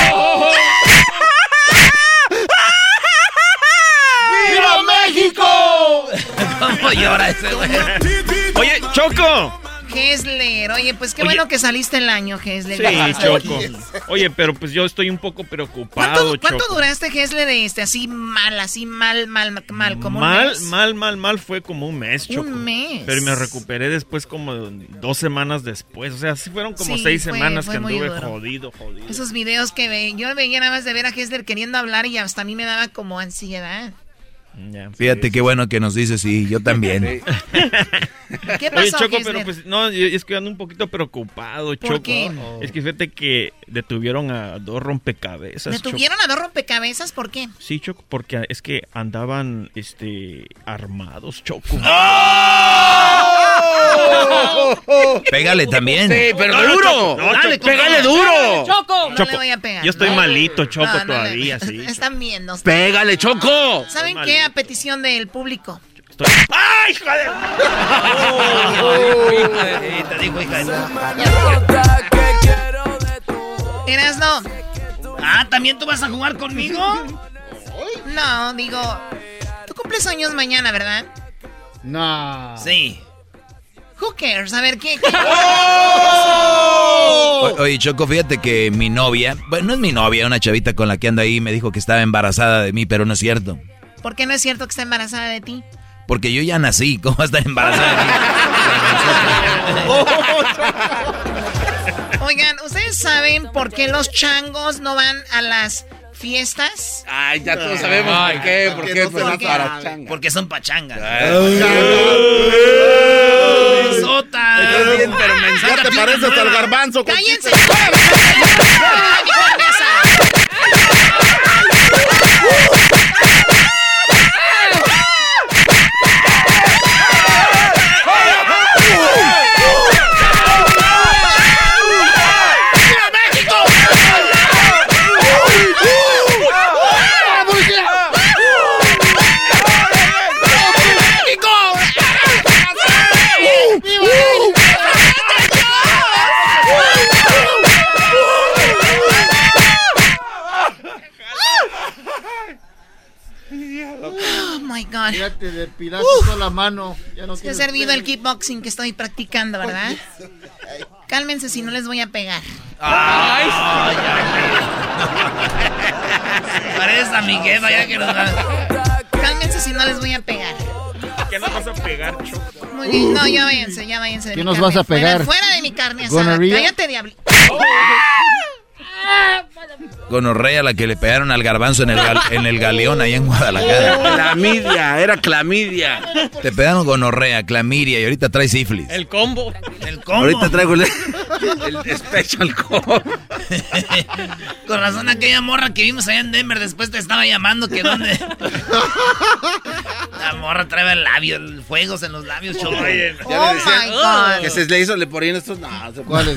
¡Viva México! ¿Cómo llora ese güey? Oye, Choco. Hesler, oye, pues qué bueno que saliste el año, Hesler. Sí, Choco. Oye, pero pues yo estoy un poco preocupado, ¿Cuánto Choco. duraste, Hesler, así mal, como un mes? Mal, fue como un mes, Choco. Un mes. Pero me recuperé después como 2 semanas después. O sea, sí fueron como 6 semanas que anduve jodido. Esos videos que yo veía nada más de ver a Hesler queriendo hablar y hasta a mí me daba como ansiedad. Ya, Fíjate qué bueno que nos dices, sí, yo también. ¿Qué pasó, Oye, Choco, Hesler? pero pues no, es que ando un poquito preocupado, Choco. ¿Por qué? Es que fíjate que detuvieron a 2 rompecabezas. ¿Detuvieron a 2 rompecabezas? ¿Por qué? Sí, Choco, porque es que andaban armados, Choco. Pégale también. Sí, pero duro. Dale, pégale duro. Choco, no Choco, le voy a pegar. Yo estoy malito, Choco, No, todavía, sí. Están viendo. Pégale, Choco. ¿Saben qué? A petición del público. ¡Ay, hijo de! Te digo, hija de... Erasno. Ah, ¿también tú vas a jugar conmigo? No, digo, tú cumples años mañana, ¿verdad? No. Sí. Who cares? A ver, ¿qué? Oye, Choco, fíjate que mi novia, bueno, no es mi novia, una chavita con la que ando ahí, me dijo que estaba embarazada de mí, pero no es cierto. ¿Por qué no es cierto que está embarazada de ti? Porque yo ya nací, ¿cómo va a estar embarazada de mí? Oigan, ¿ustedes saben por qué los changos no van a las fiestas? Ay, ya todos sabemos por qué. ¿Por qué? Pues para changa. Porque son pachangas. Sota. Ya te pareces al garbanzo. ¡Cállense! my God. Fíjate, depilaste toda la mano. Ya no es que he servido el kickboxing que estoy practicando, ¿verdad? Cálmense si no les voy a pegar. Ay. Parece a mi jefa ya que nos va. Cálmense si no les voy a pegar. ¿Qué nos vas a pegar, Choco? Muy bien, no, ya váyanse de ¿qué nos vas a pegar? Fuera de mi carne asada. Cállate, diablo. Gonorrea, la que le pegaron al garbanzo en el galeón allá en Guadalajara. Era clamidia. Te pegaron gonorrea, clamidia y ahorita traes sífilis. El combo. Ahorita traigo el special combo. Con razón aquella morra que vimos allá en Denver después te estaba llamando que dónde. La morra trae el labio, fuegos en los labios, Choco. Ya le decían que se le hizo, le ponían estos. No, ¿cuáles?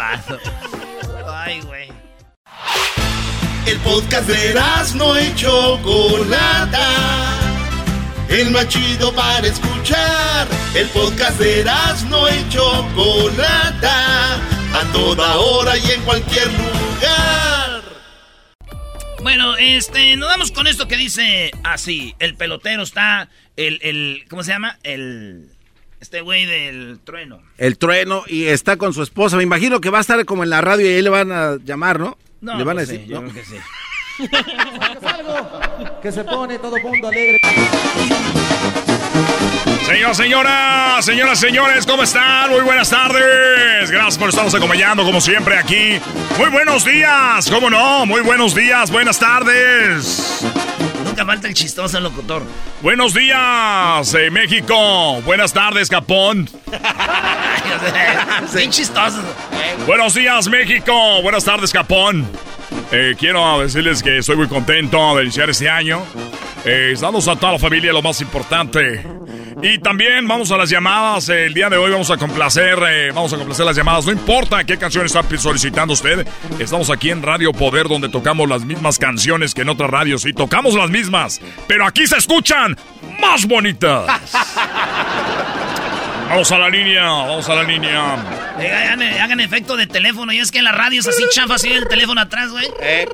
Ay, güey. El podcast de Erazno y Chocolata, el más chido para escuchar. El podcast de Erazno y Chocolata, a toda hora y en cualquier lugar. Bueno, nos vamos con esto que dice así. El pelotero está, ¿cómo se llama? Este güey del trueno. El trueno, y está con su esposa. Me imagino que va a estar como en la radio y ahí le van a llamar, ¿no? No, le van pues a decir, sí, yo creo que sí. Que se pone todo mundo alegre. Señoras, señores, ¿cómo están? Muy buenas tardes. Gracias por estarnos acompañando, como siempre, aquí. Muy buenos días, ¿cómo no? Muy buenos días, buenas tardes. Nunca falta el chistoso locutor. Buenos días, México. Buenas tardes, Japón. Bien chistoso. Buenos días, México. Buenas tardes, Japón. Quiero decirles que estoy muy contento de iniciar este año. Damos a toda la familia lo más importante. Y también vamos a las llamadas. El día de hoy vamos a complacer las llamadas. No importa qué canción está solicitando usted. Estamos aquí en Radio Poder, donde tocamos las mismas canciones que en otras radios. Y tocamos las mismas, pero aquí se escuchan más bonitas. Vamos a la línea. Hagan efecto de teléfono. Y es que en la radio es así chafa, así el teléfono atrás, güey.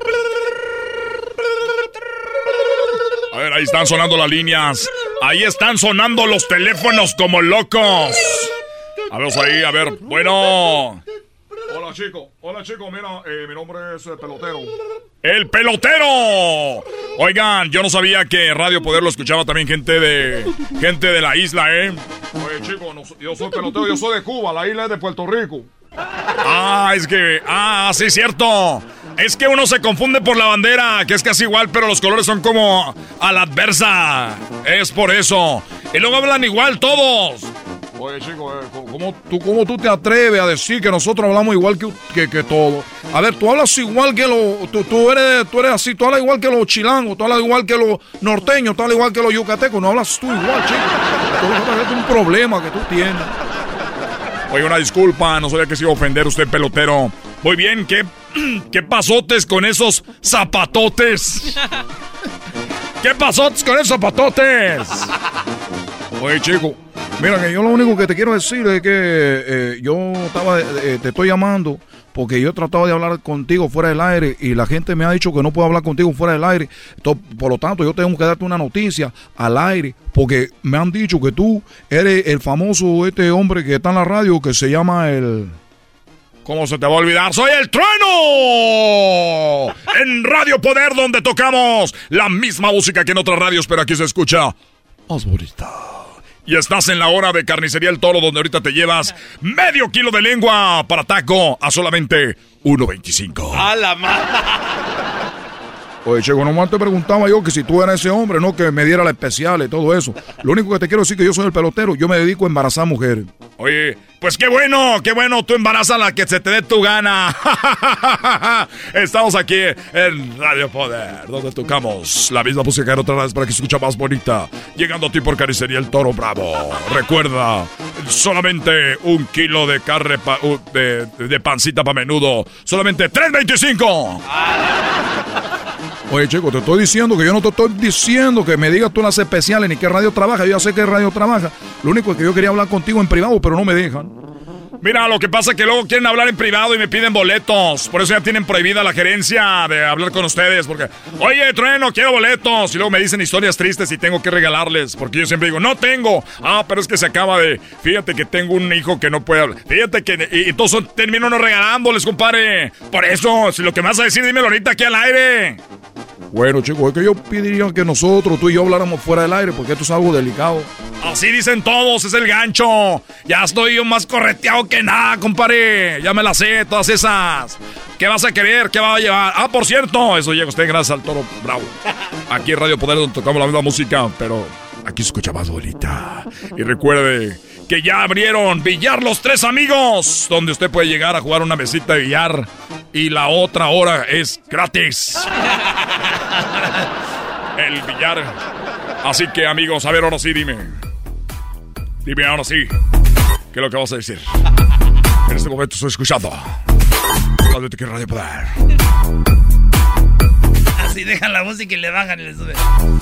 A ver, ahí están sonando las líneas. Ahí están sonando los teléfonos como locos. A ver, ahí, a ver. Bueno. Hola, chico, mira, mi nombre es El Pelotero. ¡El Pelotero! Oigan, yo no sabía que Radio Poder lo escuchaba también gente de la isla, ¿eh? Oye, chico, yo soy pelotero, yo soy de Cuba, la isla es de Puerto Rico. Sí, cierto. Es que uno se confunde por la bandera, que es casi igual, pero los colores son como a la adversa. Es por eso. Y luego hablan igual todos. Oye, chico, ¿cómo tú te atreves a decir que nosotros hablamos igual que todos? A ver, tú hablas igual que tú eres así, tú hablas igual que los chilangos, tú hablas igual que los norteños, tú hablas igual que los yucatecos, no hablas tú igual, chico. Es un problema que tú tienes. Oye, una disculpa, no sabía que se iba a ofender usted, pelotero. Muy bien, ¿qué pasotes con esos zapatotes? ¿Qué pasotes con esos zapatotes? Oye, chico, mira que yo lo único que te quiero decir es que te estoy llamando porque yo he tratado de hablar contigo fuera del aire y la gente me ha dicho que no puedo hablar contigo fuera del aire. Por lo tanto, yo tengo que darte una noticia al aire porque me han dicho que tú eres el famoso hombre que está en la radio que se llama el... ¿Cómo se te va a olvidar? ¡Soy el Trueno! En Radio Poder, donde tocamos la misma música que en otras radios, pero aquí se escucha más bonita. Y estás en la hora de Carnicería El Toro, donde ahorita te llevas medio kilo de lengua para taco a solamente $1.25. ¡A la madre! Oye, Checo, nomás te preguntaba yo que si tú eras ese hombre, no que me diera la especial y todo eso. Lo único que te quiero decir es que yo soy el pelotero, yo me dedico a embarazar mujeres. Oye, pues qué bueno, tú embarazas a la que se te dé tu gana. Estamos aquí en Radio Poder, donde tocamos la misma música en otra vez para que se escuche más bonita. Llegando a ti por Carnicería El Toro Bravo. Recuerda, solamente 1 kilo de carne de pancita para menudo. Solamente $3.25. Oye, chico, te estoy diciendo que yo no te estoy diciendo que me digas tú las especiales ni qué radio trabaja. Yo ya sé qué radio trabaja. Lo único es que yo quería hablar contigo en privado, pero no me dejan. Mira, lo que pasa es que luego quieren hablar en privado y me piden boletos. Por eso ya tienen prohibida la gerencia de hablar con ustedes. Porque, oye, Trueno, quiero boletos. Y luego me dicen historias tristes y tengo que regalarles. Porque yo siempre digo, no tengo. Ah, pero es que se acaba de... Fíjate que tengo un hijo que no puede hablar. Fíjate que... Y todos termino no regalándoles, compadre. Por eso, si lo que me vas a decir, dímelo ahorita aquí al aire. Bueno, chicos, es que yo pediría que nosotros, tú y yo, habláramos fuera del aire, porque esto es algo delicado. Así dicen todos, es el gancho. Ya estoy yo más correteado que nada, compadre. Ya me la sé, todas esas. ¿Qué vas a querer? ¿Qué va a llevar? Ah, por cierto, eso llega usted gracias al Toro Bravo. Aquí en Radio Poder, donde tocamos la misma música, pero aquí se escucha más bonita. Y recuerde que ya abrieron Billar Los Tres Amigos, donde usted puede llegar a jugar una mesita de billar y la otra hora es gratis. El billar. Así que, amigos, a ver, ahora sí, dime. Dime ahora sí. ¿Qué es lo que vas a decir? En este momento estoy escuchando que Radio Poder. Así dejan la música y le bajan y le suben.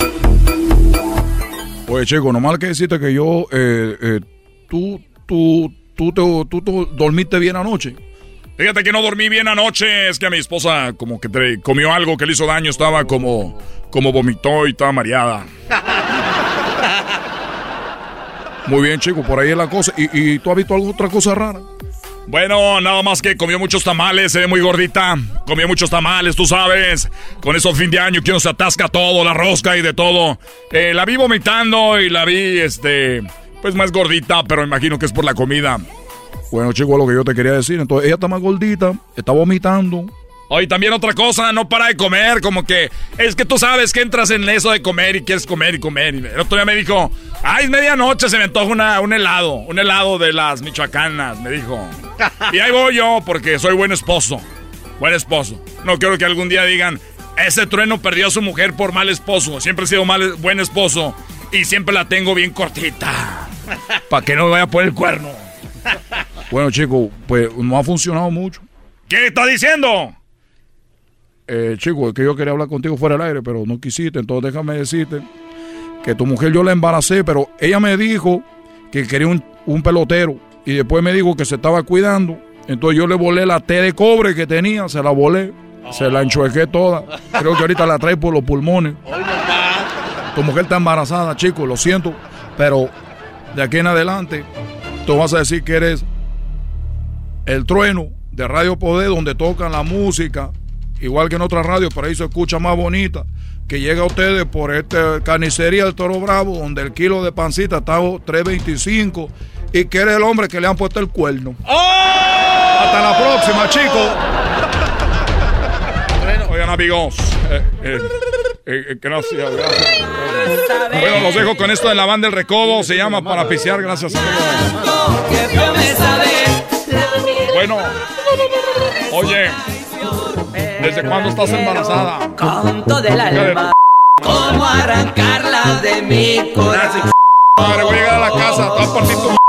Oye, chico, nomás que decirte que yo... ¿Tú dormiste bien anoche? Fíjate que no dormí bien anoche. Es que a mi esposa como que comió algo que le hizo daño. Estaba como vomitó y estaba mareada. Muy bien, chico, por ahí es la cosa. ¿Y tú has visto alguna otra cosa rara? Bueno, nada más que comió muchos tamales, se ve muy gordita. Comió muchos tamales, tú sabes. Con eso fin de año que uno se atasca todo, la rosca y de todo. La vi vomitando y la vi, pues más gordita, pero imagino que es por la comida. Bueno, chico, lo que yo te quería decir. Entonces, ella está más gordita, está vomitando. Oye, también otra cosa, no para de comer, como que... Es que tú sabes que entras en eso de comer y quieres comer y comer. Y el otro día me dijo, ay, es medianoche, se me antoja un helado de las michoacanas, me dijo. Y ahí voy yo, porque soy buen esposo. Buen esposo. No quiero que algún día digan, ese Trueno perdió a su mujer por mal esposo. Siempre he sido buen esposo y siempre la tengo bien cortita. Para que no me vaya por el cuerno. Bueno, chico, pues no ha funcionado mucho. ¿Qué está diciendo? Chico, es que yo quería hablar contigo fuera del aire, pero no quisiste. Entonces déjame decirte que tu mujer yo la embaracé, pero ella me dijo que quería un pelotero. Y después me dijo que se estaba cuidando. Entonces yo le volé la T de cobre que tenía, se la volé. Se la enchuequé toda. Creo que ahorita la trae por los pulmones. Tu mujer está embarazada, chico, lo siento. Pero de aquí en adelante, tú vas a decir que eres el Trueno de Radio Poder, donde tocan la música. Igual que en otras radios, pero ahí se escucha más bonita. Que llega a ustedes por esta carnicería del Toro Bravo, donde el kilo de pancita está $3.25. Y que eres el hombre que le han puesto el cuerno. ¡Oh! Hasta la próxima, chicos. Oigan, amigos. Gracias. Bueno, los dejo con esto de la banda del Recodo. Se llama Para Pisear. Gracias, amigos. Bueno, oye, ¿desde cuándo estás embarazada? Canto del alma, cómo arrancarla de mi corazón. Madre, voy a llegar a la casa, te vas a partir tu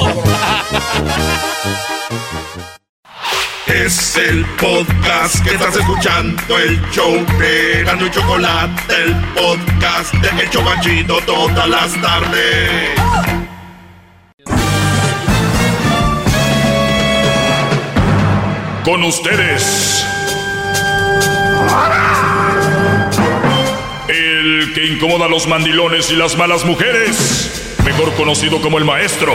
Es el podcast que estás escuchando, el show de Erasmo y Chocolate, el podcast de El Chobachito todas las tardes. Con ustedes, el que incomoda a los mandilones y las malas mujeres, mejor conocido como el maestro.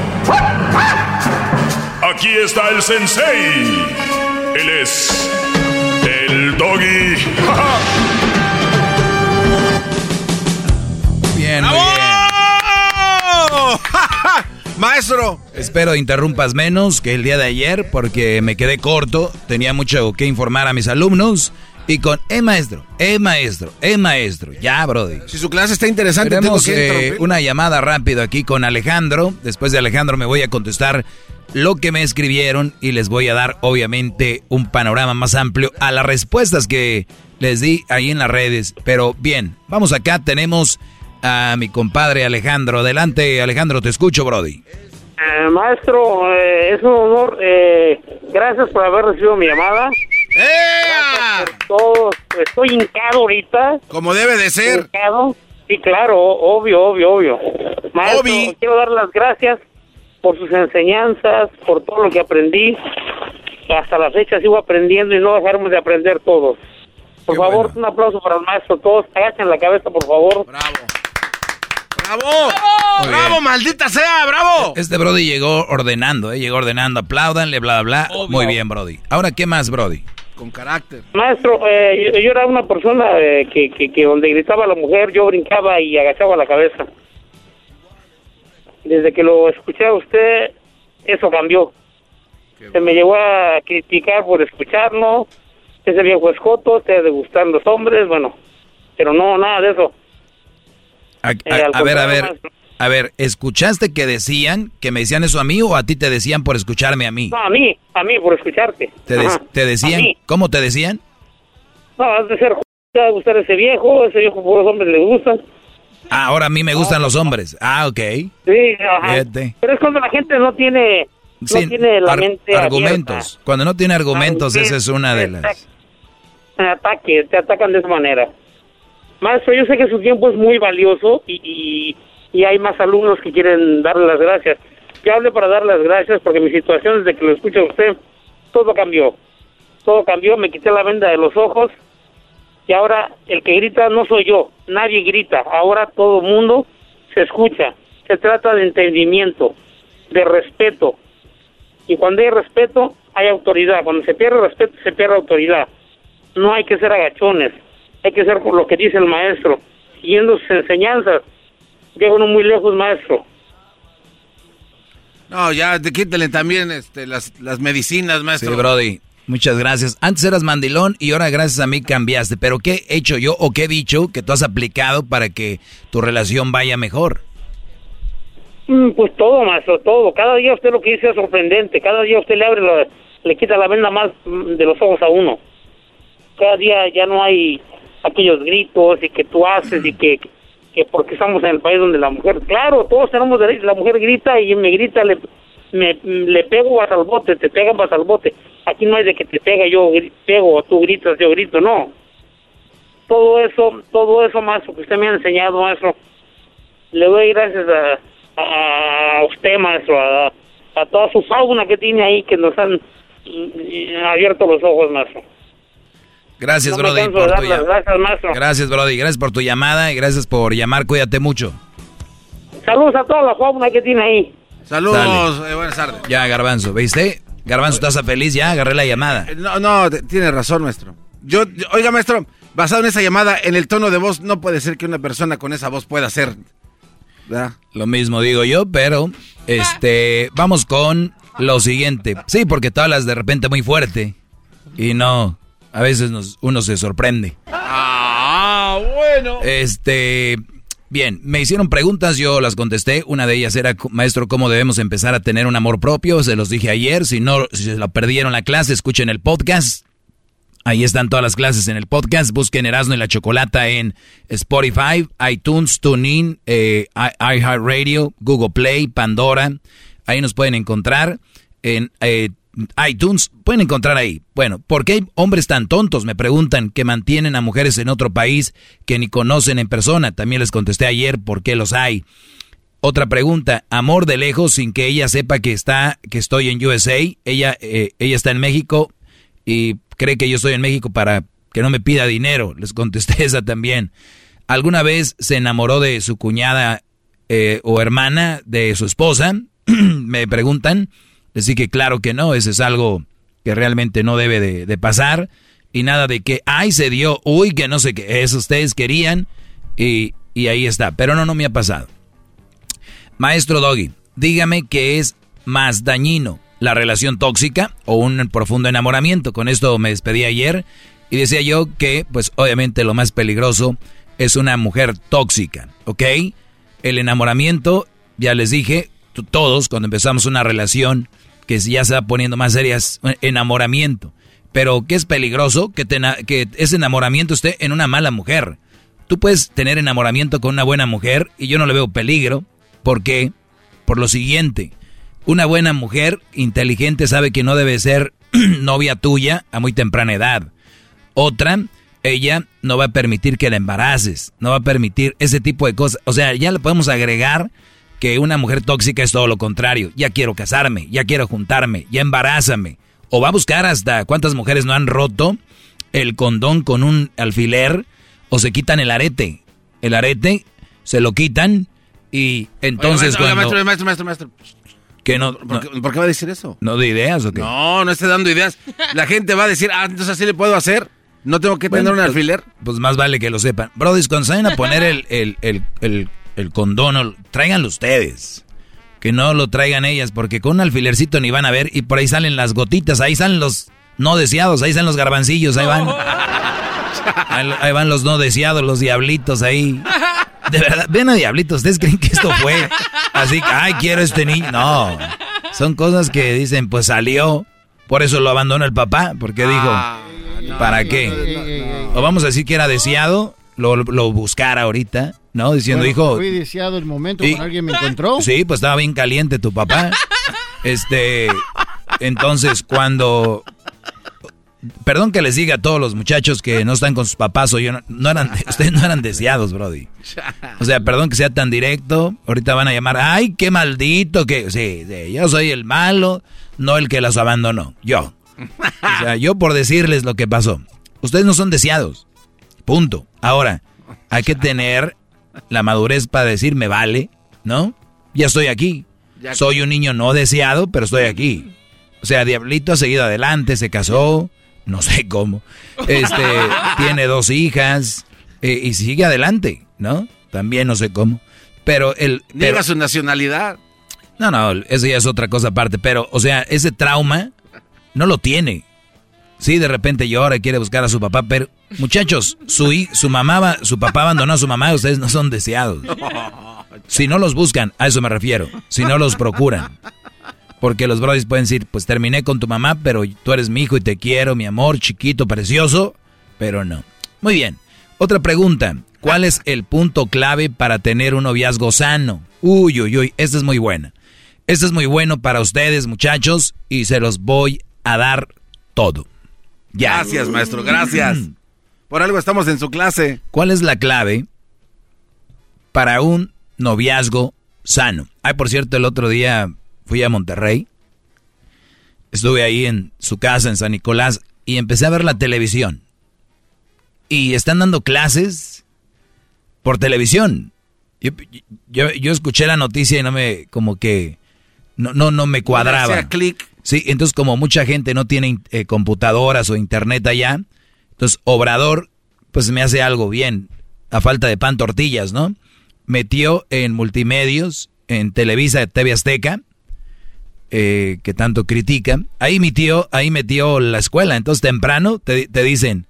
Aquí está el sensei. Él es el Doggy. Bien, muy bien. Maestro. Espero interrumpas menos que el día de ayer porque me quedé corto. Tenía mucho que informar a mis alumnos. Y con maestro. Ya, brody. Si su clase está interesante, tenemos tengo que interrumpir. Una llamada rápido aquí con Alejandro. Después de Alejandro me voy a contestar lo que me escribieron y les voy a dar, obviamente, un panorama más amplio a las respuestas que les di ahí en las redes. Pero bien, vamos acá, tenemos a mi compadre Alejandro. Adelante, Alejandro, te escucho, brody. Maestro, es un honor. Gracias por haber recibido mi llamada. Todo, estoy hincado ahorita. Como debe de ser. Hincado. Sí, claro, obvio. Maestro, quiero dar las gracias por sus enseñanzas, por todo lo que aprendí. Hasta la fecha sigo aprendiendo y no dejaremos de aprender todos. Por favor, un aplauso para el maestro. Todos agachen la cabeza, por favor. ¡Bravo! ¡Bravo, maldita sea! ¡Bravo! Este Brody llegó ordenando, llegó ordenando. Apláudanle, bla, bla, bla. Muy bien, Brody. Ahora, ¿qué más, Brody? Con carácter. Maestro, yo era una persona que donde gritaba la mujer, yo brincaba y agachaba la cabeza. Desde que lo escuché a usted, eso cambió. Se me llegó a criticar por escucharlo. Ese viejo escoto, te ha de gustar los hombres, bueno, pero no, nada de eso. A ver, ¿escuchaste que decían, que me decían eso a mí o a ti te decían por escucharme a mí? No, a mí, por escucharte. ¿Te decían? ¿Cómo te decían? No, has de ser te va a gustar ese viejo por los hombres les gustan. Ah, ahora a mí me gustan los hombres. Ah, ok. Sí, ajá. Fíjate. Pero es cuando la gente no tiene la mente argumentos. abierta. Cuando no tiene argumentos, esa es una de las... Te atacan de esa manera. Maestro, yo sé que su tiempo es muy valioso y hay más alumnos que quieren darle las gracias. Yo hablé para darle las gracias porque mi situación desde que lo escucho a usted, todo cambió. Todo cambió, me quité la venda de los ojos y ahora el que grita no soy yo, nadie grita. Ahora todo el mundo se escucha. Se trata de entendimiento, de respeto. Y cuando hay respeto, hay autoridad. Cuando se pierde respeto, se pierde autoridad. No hay que ser agachones, hay que ser por lo que dice el maestro, siguiendo sus enseñanzas. Llega uno muy lejos, maestro. No, ya, quítale también las medicinas, maestro. Sí, Brody, muchas gracias. Antes eras mandilón y ahora gracias a mí cambiaste. Pero ¿qué he hecho yo o qué he dicho que tú has aplicado para que tu relación vaya mejor? Pues todo, maestro, todo. Cada día usted lo que dice es sorprendente. Cada día usted le quita la venda más de los ojos a uno. Cada día ya no hay aquellos gritos y que tú haces y que porque estamos en el país donde la mujer, claro, todos tenemos derecho, la mujer grita y me grita, le pego, vas al bote, te pegan, vas al bote. Aquí no hay de que te pega, yo pego, o tú gritas, yo grito, no. Todo eso, maestro, que usted me ha enseñado, maestro, le doy gracias a usted, maestro, a toda su fauna que tiene ahí, que nos han abierto los ojos, maestro. Gracias, Brody, por tu llamada. Gracias, Brody, gracias por tu llamada y gracias por llamar, cuídate mucho. Saludos a toda la fauna que tiene ahí. Saludos, buenas tardes. Ya, Garbanzo, ¿viste? Garbanzo, ¿estás feliz? Ya, agarré la llamada. No, tiene razón, maestro. Oiga, maestro, basado en esa llamada, en el tono de voz, no puede ser que una persona con esa voz pueda ser, ¿verdad? Lo mismo digo yo, pero, vamos con lo siguiente. Sí, porque tú hablas de repente muy fuerte y no... A veces uno se sorprende. Ah, bueno. Bien, me hicieron preguntas, yo las contesté. Una de ellas era, maestro, ¿cómo debemos empezar a tener un amor propio? Se los dije ayer. Si se lo perdieron la clase, escuchen el podcast. Ahí están todas las clases en el podcast. Busquen Erasmo y la Chocolata en Spotify, iTunes, TuneIn, iHeartRadio, Google Play, Pandora. Ahí nos pueden encontrar en... iTunes, pueden encontrar ahí. Bueno, ¿por qué hay hombres tan tontos? Me preguntan, que mantienen a mujeres en otro país que ni conocen en persona. También les contesté ayer por qué los hay. Otra pregunta, amor de lejos sin que ella sepa que estoy en USA. Ella está en México y cree que yo estoy en México para que no me pida dinero. Les contesté esa también. ¿Alguna vez se enamoró de su cuñada o hermana de su esposa? Me preguntan. Les dije que claro que no, eso es algo que realmente no debe de pasar. Y nada de que, ay, se dio, uy, que no sé qué, eso ustedes querían y ahí está. Pero no me ha pasado. Maestro Doggy, dígame qué es más dañino, la relación tóxica o un profundo enamoramiento. Con esto me despedí ayer y decía yo que, pues obviamente lo más peligroso es una mujer tóxica, ¿ok? El enamoramiento, ya les dije, todos cuando empezamos una relación que ya se va poniendo más seria, enamoramiento. Pero ¿qué es peligroso? Que ese enamoramiento esté en una mala mujer. Tú puedes tener enamoramiento con una buena mujer y yo no le veo peligro. ¿Por qué? Por lo siguiente. Una buena mujer inteligente sabe que no debe ser novia tuya a muy temprana edad. Otra, ella no va a permitir que la embaraces. No va a permitir ese tipo de cosas. O sea, ya le podemos agregar que una mujer tóxica es todo lo contrario. Ya quiero casarme, ya quiero juntarme, ya embarázame. O va a buscar hasta cuántas mujeres no han roto el condón con un alfiler o se quitan el arete. El arete se lo quitan y entonces Maestro. ¿Qué no? ¿Por qué va a decir eso? ¿No de ideas o qué? No esté dando ideas. La gente va a decir, entonces así le puedo hacer. No tengo que tener un alfiler. Pues más vale que lo sepan. Brodis, cuando se vayan a poner el condón, tráiganlo ustedes. Que no lo traigan ellas, porque con un alfilercito ni van a ver. Y por ahí salen las gotitas, ahí salen los no deseados, ahí están los garbancillos, ahí van. Ahí van los no deseados, los diablitos ahí. De verdad, ven a diablitos, ¿ustedes creen que esto fue así? Ay, quiero este niño. No, son cosas que dicen, pues salió. Por eso lo abandonó el papá, porque dijo, ¿para qué? O vamos a decir que era deseado, lo buscara ahorita, ¿no? Diciendo, hijo... Fui deseado el momento cuando alguien me encontró. Sí, pues estaba bien caliente tu papá. Entonces, cuando... Perdón que les diga a todos los muchachos que no están con sus papás o yo, ustedes no eran deseados, brody. O sea, perdón que sea tan directo. Ahorita van a llamar, ay, qué maldito que... Sí, yo soy el malo, no el que los abandonó, yo. O sea, yo por decirles lo que pasó. Ustedes no son deseados, punto. Ahora, hay que tener la madurez para decir, me vale, ¿no? Ya estoy aquí. Soy un niño no deseado, pero estoy aquí. O sea, Diablito ha seguido adelante, se casó... No sé cómo. Tiene 2 hijas y sigue adelante, ¿no? También no sé cómo. Pero niega su nacionalidad. No, eso ya es otra cosa aparte. Pero, o sea, ese trauma no lo tiene. Sí, de repente llora y quiere buscar a su papá, pero muchachos, su papá abandonó a su mamá y ustedes no son deseados. Si no los buscan, a eso me refiero. Si no los procuran. Porque los brothers pueden decir, pues terminé con tu mamá, pero tú eres mi hijo y te quiero, mi amor, chiquito, precioso. Pero no. Muy bien. Otra pregunta. ¿Cuál es el punto clave para tener un noviazgo sano? Uy. Esta es muy buena. Este es muy bueno para ustedes, muchachos, y se los voy a dar todo. Ya. Gracias, maestro, gracias. Por algo estamos en su clase. ¿Cuál es la clave para un noviazgo sano? Ay, por cierto, el otro día... Fui a Monterrey, estuve ahí en su casa en San Nicolás y empecé a ver la televisión. Y están dando clases por televisión. Yo escuché la noticia y no me cuadraba. Hacía clic. Sí, entonces como mucha gente no tiene computadoras o internet allá, entonces Obrador pues me hace algo bien, a falta de pan tortillas, ¿no? Metió en multimedios, en Televisa, TV Azteca, que tanto critican, ahí metió la escuela. Entonces temprano te dicen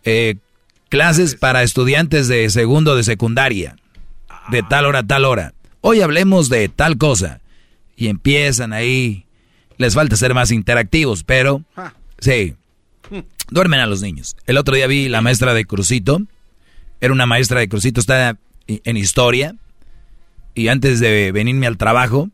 clases para estudiantes de segundo de secundaria, de tal hora a tal hora. Hoy hablemos de tal cosa. Y empiezan ahí, les falta ser más interactivos, pero sí, duermen a los niños. El otro día vi la maestra de Crucito, era una maestra de Crucito, está en historia, y antes de venirme al trabajo,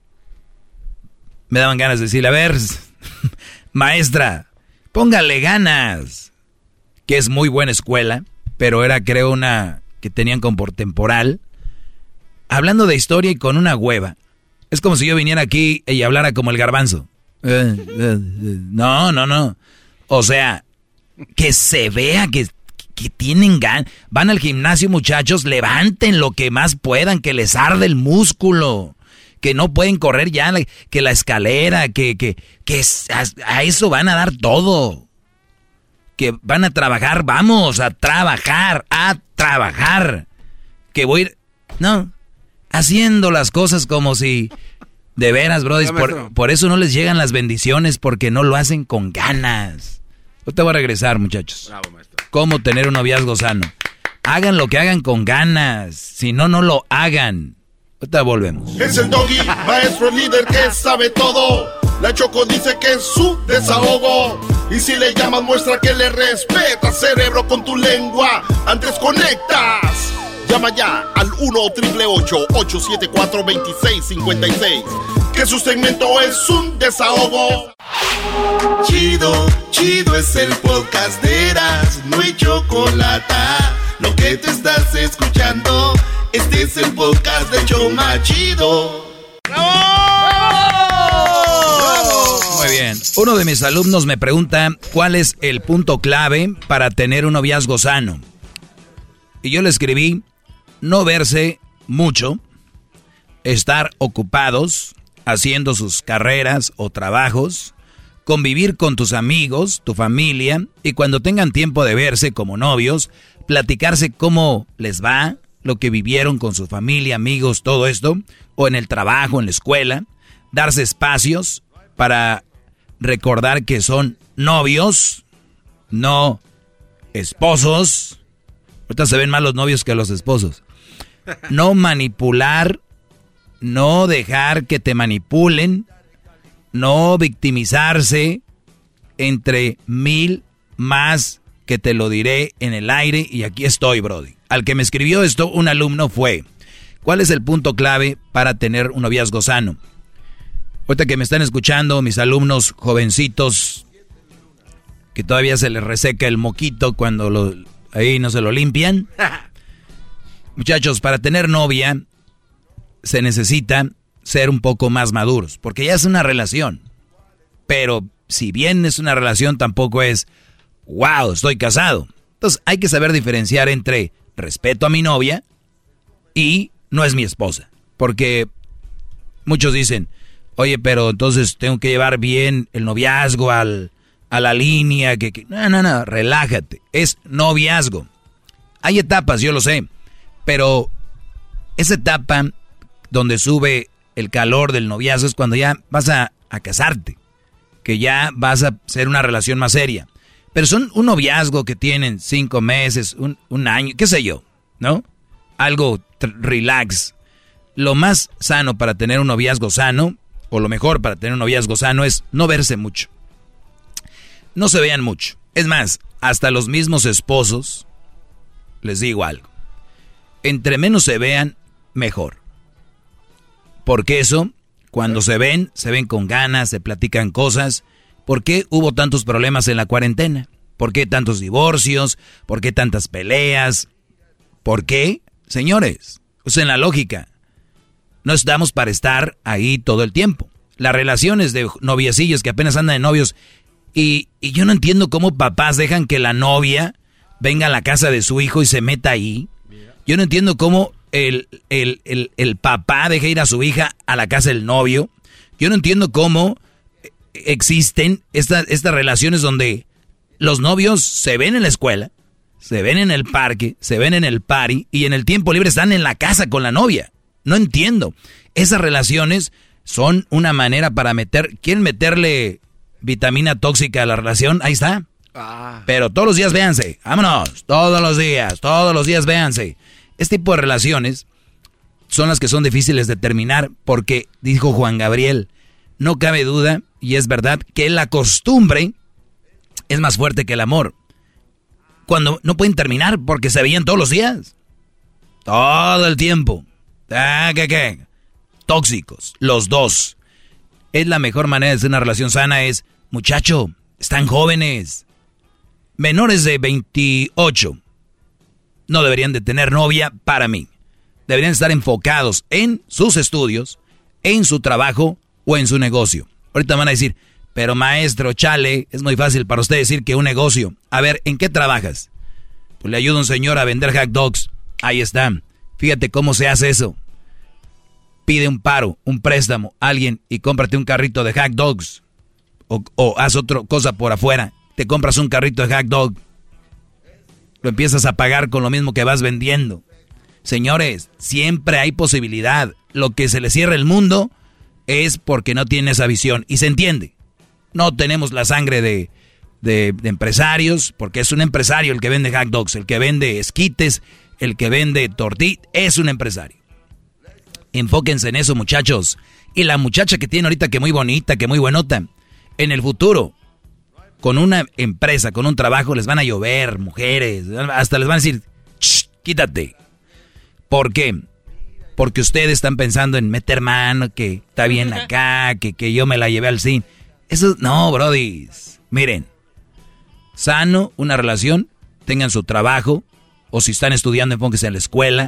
me daban ganas de decirle, a ver, maestra, póngale ganas, que es muy buena escuela, pero era creo una que tenían como por temporal, hablando de historia y con una hueva. Es como si yo viniera aquí y hablara como el Garbanzo. No. O sea, que se vea que tienen ganas. Van al gimnasio, muchachos, levanten lo que más puedan, que les arde el músculo. Que no pueden correr ya, que la escalera, que a eso van a dar todo. Que van a trabajar, vamos a trabajar. Que voy a ir... No, haciendo las cosas como si... De veras, brothers, por eso no les llegan las bendiciones, porque no lo hacen con ganas. Yo te voy a regresar, muchachos. Bravo, maestro. ¿Cómo tener un noviazgo sano? Hagan lo que hagan con ganas, si no, no lo hagan. Ahorita volvemos. Es el Doggy, maestro líder que sabe todo. La Choco dice que es su desahogo. Y si le llamas, muestra que le respeta, cerebro, con tu lengua. Antes conectas. Llama ya al 1-888-874-2656. Que su segmento es un desahogo. Chido es el podcast de Erazno y Chocolata. Lo que te estás escuchando, este es el podcast de Choma Chido. Uno de mis alumnos me pregunta cuál es el punto clave para tener un noviazgo sano. Y yo le escribí, no verse mucho, estar ocupados haciendo sus carreras o trabajos, convivir con tus amigos, tu familia, y cuando tengan tiempo de verse como novios, platicarse cómo les va, lo que vivieron con su familia, amigos, todo esto, o en el trabajo, en la escuela, darse espacios para recordar que son novios, no esposos. Ahorita se ven más los novios que los esposos. No manipular, no dejar que te manipulen, no victimizarse, entre mil más que te lo diré en el aire y aquí estoy, brody. Al que me escribió esto, un alumno fue, ¿cuál es el punto clave para tener un noviazgo sano? Ahorita que me están escuchando, mis alumnos jovencitos, que todavía se les reseca el moquito cuando ahí no se lo limpian. Muchachos, para tener novia se necesita ser un poco más maduros, porque ya es una relación. Pero si bien es una relación, tampoco es, wow, estoy casado. Entonces hay que saber diferenciar entre respeto a mi novia y no es mi esposa. Porque muchos dicen, oye, pero entonces tengo que llevar bien el noviazgo a la línea. No, relájate. Es noviazgo. Hay etapas, yo lo sé. Pero esa etapa donde sube el calor del noviazgo es cuando ya vas a casarte. Que ya vas a hacer una relación más seria. Pero son un noviazgo que tienen 5 meses, un año, qué sé yo, ¿no? Algo relax. Lo más sano para tener un noviazgo sano, o lo mejor para tener un noviazgo sano, es no verse mucho. No se vean mucho. Es más, hasta los mismos esposos, les digo algo. Entre menos se vean, mejor. Porque eso, cuando se ven con ganas, se platican cosas. ¿Por qué hubo tantos problemas en la cuarentena? ¿Por qué tantos divorcios? ¿Por qué tantas peleas? ¿Por qué? Señores, usen la lógica. No estamos para estar ahí todo el tiempo. Las relaciones de noviecillos que apenas andan de novios. Y yo no entiendo cómo papás dejan que la novia venga a la casa de su hijo y se meta ahí. Yo no entiendo cómo el papá deja ir a su hija a la casa del novio. Yo no entiendo cómo existen estas relaciones donde los novios se ven en la escuela, se ven en el parque, se ven en el party y en el tiempo libre están en la casa con la novia. No entiendo. Esas relaciones son una manera para quieren meterle vitamina tóxica a la relación, ahí está. Pero todos los días véanse, vámonos, todos los días véanse. Este tipo de relaciones son las que son difíciles de terminar porque, dijo Juan Gabriel, no cabe duda, y es verdad, que la costumbre es más fuerte que el amor. Cuando no pueden terminar porque se veían todos los días. Todo el tiempo. ¿Qué? Tóxicos, los dos. Es la mejor manera de hacer una relación sana es, muchacho, están jóvenes. Menores de 28 no deberían de tener novia para mí. Deberían estar enfocados en sus estudios, en su trabajo o en su negocio. Ahorita van a decir, pero maestro, chale, es muy fácil para usted decir que un negocio. A ver, ¿en qué trabajas? Pues le ayuda a un señor a vender hot dogs. Ahí está. Fíjate cómo se hace eso. Pide un paro, un préstamo, alguien y cómprate un carrito de hot dogs. O haz otra cosa por afuera. Te compras un carrito de hot dog. Lo empiezas a pagar con lo mismo que vas vendiendo. Señores, siempre hay posibilidad. Lo que se le cierra el mundo es porque no tiene esa visión. Y se entiende. No tenemos la sangre de empresarios, porque es un empresario el que vende hot dogs, el que vende esquites, el que vende tortillas, es un empresario. Enfóquense en eso, muchachos. Y la muchacha que tiene ahorita, que muy bonita, que muy buenota, en el futuro, con una empresa, con un trabajo, les van a llover mujeres, hasta les van a decir, quítate. ¿Por qué? Porque ustedes están pensando en meter mano, que está bien acá, que yo me la llevé al cine. Eso, no, brodis. Miren, sano, una relación, tengan su trabajo, o si están estudiando, enfóquense en la escuela.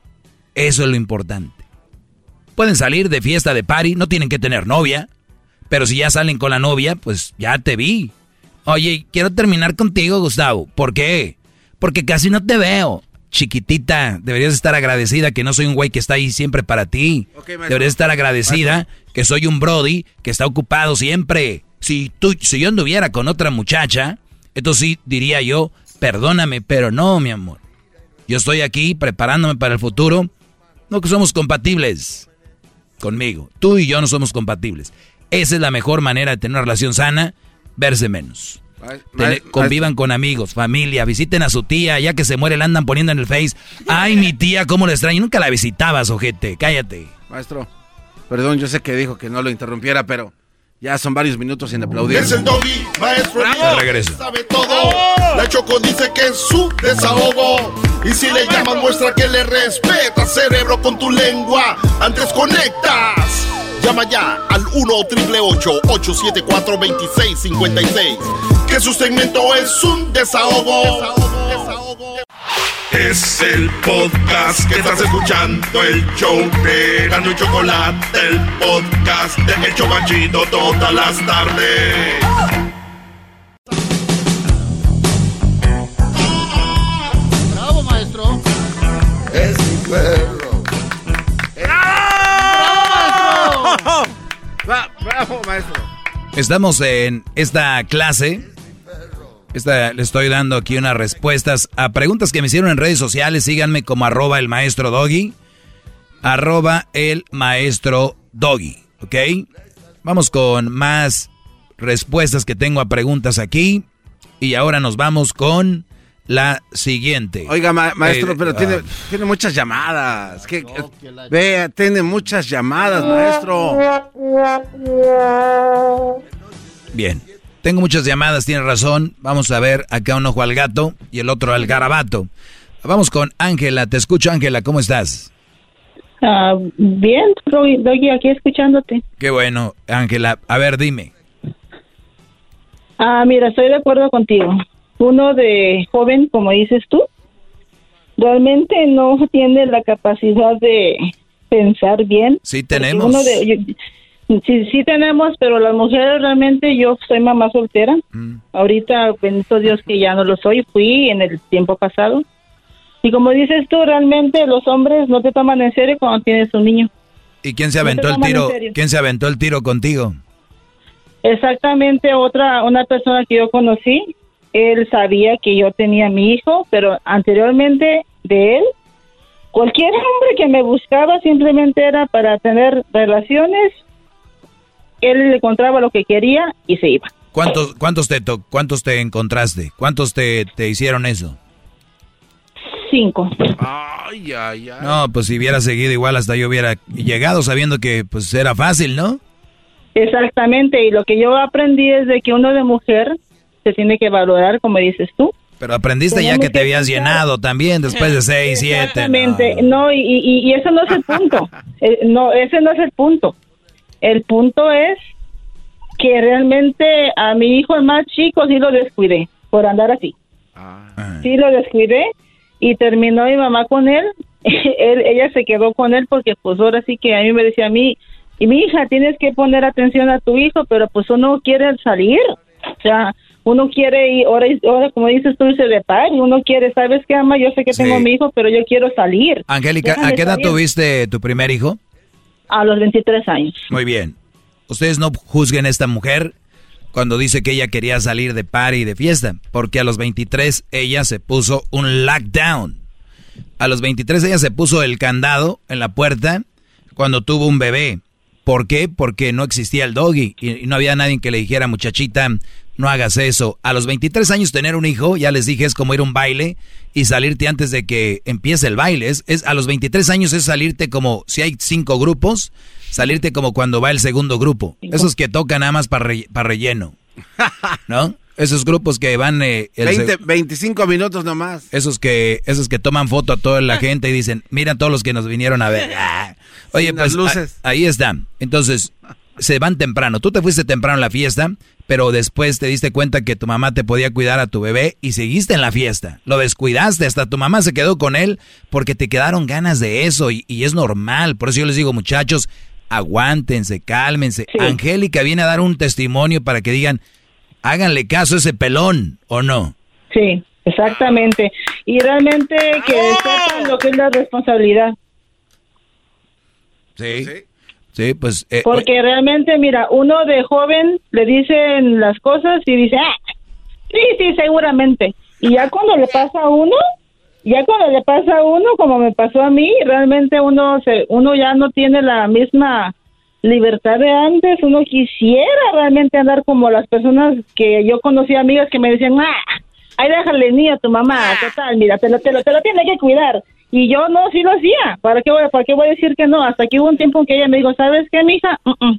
Eso es lo importante. Pueden salir de fiesta, de party, no tienen que tener novia, Pero si ya salen con la novia, pues ya te vi. Oye, quiero terminar contigo, Gustavo. ¿Por qué? Porque casi no te veo. Chiquitita, deberías estar agradecida que no soy un güey que está ahí siempre para ti. Deberías estar agradecida que soy un brody que está ocupado siempre. Si yo anduviera con otra muchacha, entonces sí diría yo, perdóname, pero no, mi amor. Yo estoy aquí preparándome para el futuro. No que somos compatibles conmigo. Tú y yo no somos compatibles. Esa es la mejor manera de tener una relación sana, verse menos. Convivan con amigos, familia, visiten a su tía, ya que se muere la andan poniendo en el Face. Ay, mi tía, cómo la extraño. Nunca la visitabas, ojete, cállate. Maestro, perdón, yo sé que dijo que no lo interrumpiera, pero ya son varios minutos sin aplaudir. Es el Doggy, maestro. De regreso. Sabe todo. La Choco dice que es su desahogo. Y si le llamas, muestra que le respeta, cerebro, con tu lengua. Antes conectas. Llama ya al 1-888-874-2656. Que su segmento es un desahogo. Es el podcast que estás escuchando, el show de Erasmo y Chocolate, el podcast de El Chobachito todas las tardes. Bravo, maestro. Es mi perro. ¡Bravo, maestro! Estamos en esta clase. Le estoy dando aquí unas respuestas a preguntas que me hicieron en redes sociales. Síganme como @elmaestrodoggy. @elmaestrodoggy. ¿Ok? Vamos con más respuestas que tengo a preguntas aquí. Y ahora nos vamos con la siguiente. Oiga, maestro, pero tiene muchas llamadas. Vea, tiene muchas llamadas, maestro. Bien, tengo muchas llamadas, tiene razón. Vamos a ver, acá un ojo al gato y el otro al garabato. Vamos con Ángela, te escucho, Ángela, ¿cómo estás? Bien, Doggy, aquí escuchándote. Qué bueno, Ángela. A ver, dime. Mira, estoy de acuerdo contigo. Uno de joven, como dices tú, realmente no tiene la capacidad de pensar bien. Sí tenemos. Sí tenemos, pero las mujeres realmente, yo soy mamá soltera. Ahorita, bendito Dios que ya no lo soy, fui en el tiempo pasado. Y como dices tú, realmente los hombres no te toman en serio cuando tienes un niño. ¿Y quién se aventó el tiro? ¿Quién se aventó el tiro contigo? Exactamente, una persona que yo conocí. Él sabía que yo tenía a mi hijo, pero anteriormente de él, cualquier hombre que me buscaba simplemente era para tener relaciones. Él le encontraba lo que quería y se iba. ¿Cuántos te encontraste? ¿Cuántos te hicieron eso? 5. Ay. No, pues si hubiera seguido igual hasta yo hubiera llegado sabiendo que pues era fácil, ¿no? Exactamente, y lo que yo aprendí es de que uno de mujer se tiene que valorar, como dices tú. Pero aprendiste ya que te habías llenado también después de 6, 7. Exactamente, no, y eso no es el punto. No, ese no es el punto. El punto es que realmente a mi hijo, el más chico, sí lo descuidé por andar así. Sí lo descuidé y terminó mi mamá con él. Ella se quedó con él porque pues ahora sí que a mí me decía a mí, y mi hija, tienes que poner atención a tu hijo, pero pues uno quiere salir. O sea, uno quiere ir, ahora como dices tú, irse de party, uno quiere, ¿sabes qué, ama? Yo sé que tengo mi hijo, pero yo quiero salir. Angélica, ¿a qué edad tuviste tu primer hijo? A los 23 años. Muy bien. Ustedes no juzguen a esta mujer cuando dice que ella quería salir de party y de fiesta, porque a los 23 ella se puso un lockdown. A los 23 ella se puso el candado en la puerta cuando tuvo un bebé. ¿Por qué? Porque no existía el Doggy y no había nadie que le dijera, muchachita, no hagas eso. A los 23 años tener un hijo, ya les dije, es como ir a un baile y salirte antes de que empiece el baile. A los 23 años es salirte como, si hay 5 grupos, salirte como cuando va el segundo grupo. Esos que tocan nada más para relleno, ¿no? Esos grupos que van... 25 minutos nomás. Esos que toman foto a toda la gente y dicen, mira todos los que nos vinieron a ver. Oye, pues luces. Ahí está. Entonces, se van temprano. Tú te fuiste temprano a la fiesta, pero después te diste cuenta que tu mamá te podía cuidar a tu bebé y seguiste en la fiesta. Lo descuidaste, hasta tu mamá se quedó con él porque te quedaron ganas de eso y es normal. Por eso yo les digo, muchachos, aguántense, cálmense. Sí. Angélica viene a dar un testimonio para que digan, háganle caso a ese pelón, ¿o no? Sí, exactamente. Y realmente que sepan lo que es la responsabilidad. Sí. Sí, pues... porque realmente, mira, uno de joven le dicen las cosas y dice, sí, seguramente. Y ya cuando le pasa a uno, como me pasó a mí, realmente uno ya no tiene la misma libertad de antes. Uno quisiera realmente andar como las personas que yo conocí, amigas que me decían, ay, déjale niño a tu mamá, total, mira, te lo tiene que cuidar. Y yo no, sí lo hacía. ¿Para qué voy a decir que no? Hasta que hubo un tiempo en que ella me dijo, ¿sabes qué, mija?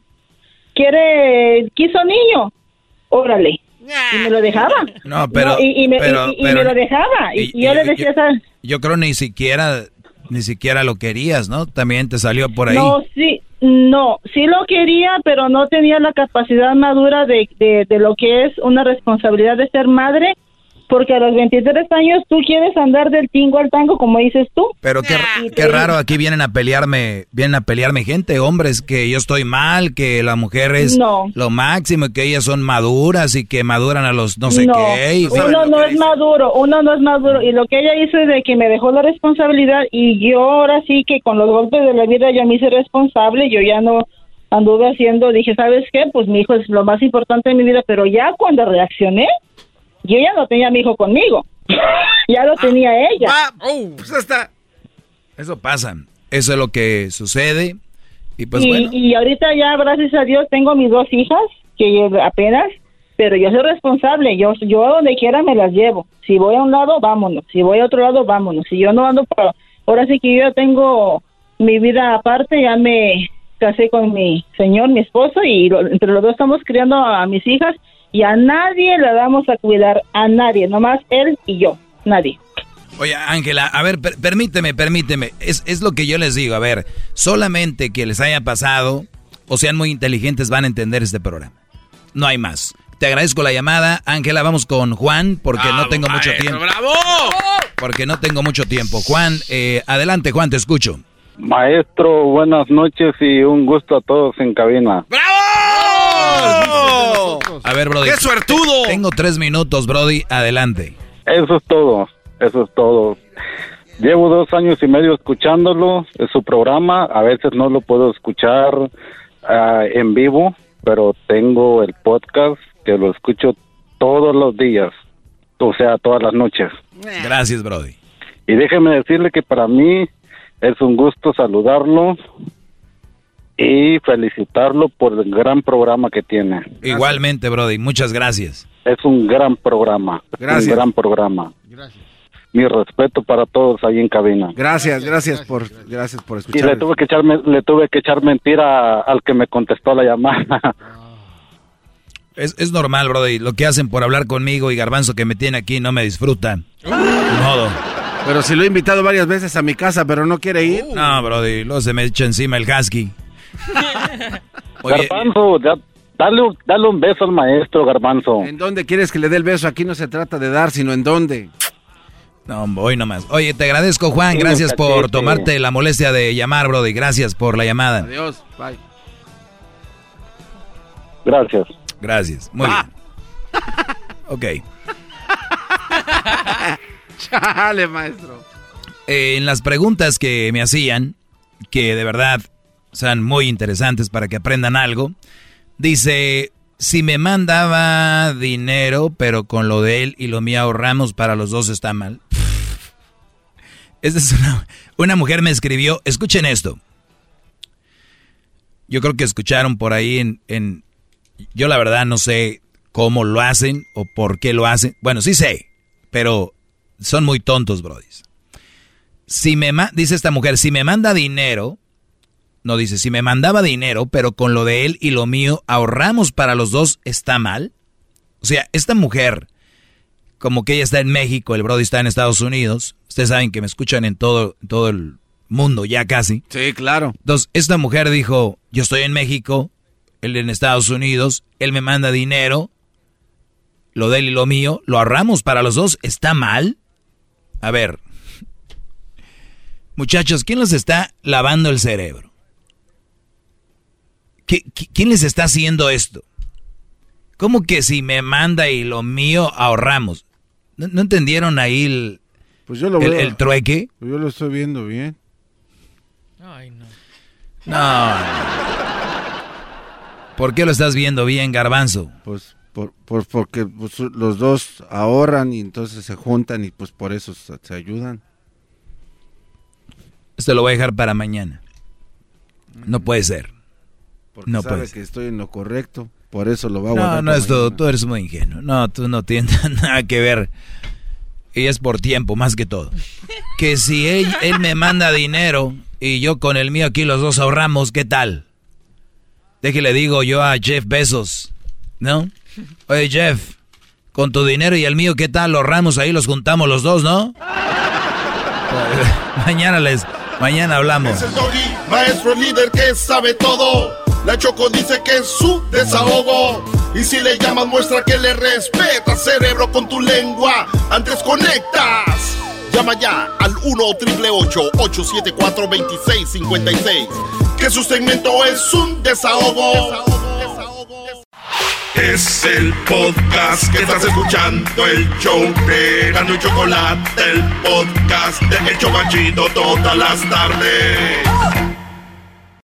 Quiso niño, órale. Y me lo dejaba. No, pero... Y me lo dejaba. Y yo le decía, ¿sabes? Yo creo ni siquiera lo querías, ¿no? También te salió por ahí. Sí lo quería, pero no tenía la capacidad madura de lo que es una responsabilidad de ser madre. Porque a los 23 años tú quieres andar del tingo al tango, como dices tú. Pero qué raro, aquí vienen a pelearme gente, hombres, que yo estoy mal, que la mujer es lo máximo, que ellas son maduras y que maduran a los no sé qué. Uno no es maduro. Y lo que ella hizo es de que me dejó la responsabilidad y yo ahora sí que con los golpes de la vida ya me hice responsable, yo ya no anduve dije, ¿sabes qué? Pues mi hijo es lo más importante de mi vida, pero ya cuando reaccioné, yo ya no tenía a mi hijo conmigo. Ya lo tenía ella. Pues hasta... Eso pasa. Eso es lo que sucede. Y pues bueno. Y ahorita ya, gracias a Dios, tengo mis 2 hijas, que apenas, pero yo soy responsable. Yo a donde quiera me las llevo. Si voy a un lado, vámonos. Si voy a otro lado, vámonos. Si yo no ando para... Ahora sí que yo ya tengo mi vida aparte, ya me casé con mi señor, mi esposo, y entre los dos estamos criando a mis hijas. Y a nadie la vamos a cuidar, a nadie, nomás él y yo, nadie. Oye, Ángela, a ver, permíteme, es lo que yo les digo, a ver, solamente que les haya pasado o sean muy inteligentes van a entender este programa, no hay más. Te agradezco la llamada, Ángela, vamos con Juan, porque no tengo mucho tiempo. ¡Bravo! Porque no tengo mucho tiempo. Juan, adelante, Juan, te escucho. Maestro, buenas noches y un gusto a todos en cabina. ¡Bravo! A ver, Brody. ¡Qué suertudo! Tengo 3 minutos, Brody, adelante. Eso es todo. Llevo 2 años y medio escuchándolo, es su programa, a veces no lo puedo escuchar en vivo, pero tengo el podcast que lo escucho todos los días, o sea, todas las noches. Gracias, Brody. Y déjeme decirle que para mí es un gusto saludarlo y felicitarlo por el gran programa que tiene. Igualmente, Brody, muchas gracias. Es un gran programa. Gracias. Un gran programa. Gracias. Mi respeto para todos ahí en cabina. Gracias por escuchar. Y le tuve que echar mentira al que me contestó la llamada. Es normal, Brody, lo que hacen por hablar conmigo y Garbanzo que me tiene aquí no me disfruta. De modo. Pero si lo he invitado varias veces a mi casa, pero no quiere ir. No, Brody, luego se me echa encima el husky. Oye, Garbanzo, dale un beso al maestro, Garbanzo. ¿En dónde quieres que le dé el beso? Aquí no se trata de dar, sino en dónde. No, hoy nomás. Oye, te agradezco, Juan. Gracias por tomarte la molestia de llamar, Brody. Gracias por la llamada. Adiós. Bye. Gracias. Muy bien. Ok. Chale, maestro. En las preguntas que me hacían, que de verdad son muy interesantes para que aprendan algo, dice, si me mandaba dinero, pero con lo de él y lo mío ahorramos para los dos, ¿está mal? Esta es una mujer me escribió, escuchen esto. Yo creo que escucharon por ahí yo la verdad no sé cómo lo hacen o por qué lo hacen. Bueno, sí sé, pero son muy tontos, brodis. Dice esta mujer, si me manda dinero, no dice, si me mandaba dinero, pero con lo de él y lo mío ahorramos para los dos, ¿está mal? O sea, esta mujer, como que ella está en México, el brody está en Estados Unidos, ustedes saben que me escuchan en todo el mundo ya casi. Sí, claro. Entonces, esta mujer dijo, yo estoy en México, él en Estados Unidos, él me manda dinero, lo de él y lo mío, lo ahorramos para los dos, ¿está mal? A ver, muchachos, ¿quién les está lavando el cerebro? ¿Quién les está haciendo esto? ¿Cómo que si me manda y lo mío ahorramos? ¿No entendieron ahí el trueque? Pues yo lo estoy viendo bien. Ay, no. No. ¿Por qué lo estás viendo bien, Garbanzo? Pues porque pues, los dos ahorran y entonces se juntan y pues por eso se ayudan. Esto lo voy a dejar para mañana. No puede ser. Porque no sabe puede ser. que estoy en lo correcto, por eso lo va a guardar. No, tú eres muy ingenuo. No, tú no tienes nada que ver. Y es por tiempo, más que todo. Que si él me manda dinero y yo con el mío aquí los dos ahorramos, ¿qué tal? Déjale digo yo a Jeff Bezos, ¿no? Oye, Jeff, con tu dinero y el mío, ¿qué tal? Los ahorramos ahí, los juntamos los dos, ¿no? Mañana hablamos. Es el Doggy, maestro líder que sabe todo. La Choco dice que es su desahogo. Y si le llamas, muestra que le respeta, cerebro, con tu lengua. Antes conectas. Llama ya al 1-888-874-2656. Que su segmento es un desahogo. Es el podcast que estás escuchando, el show de Erasmo y Chocolate, el podcast de El Chobachito todas las tardes.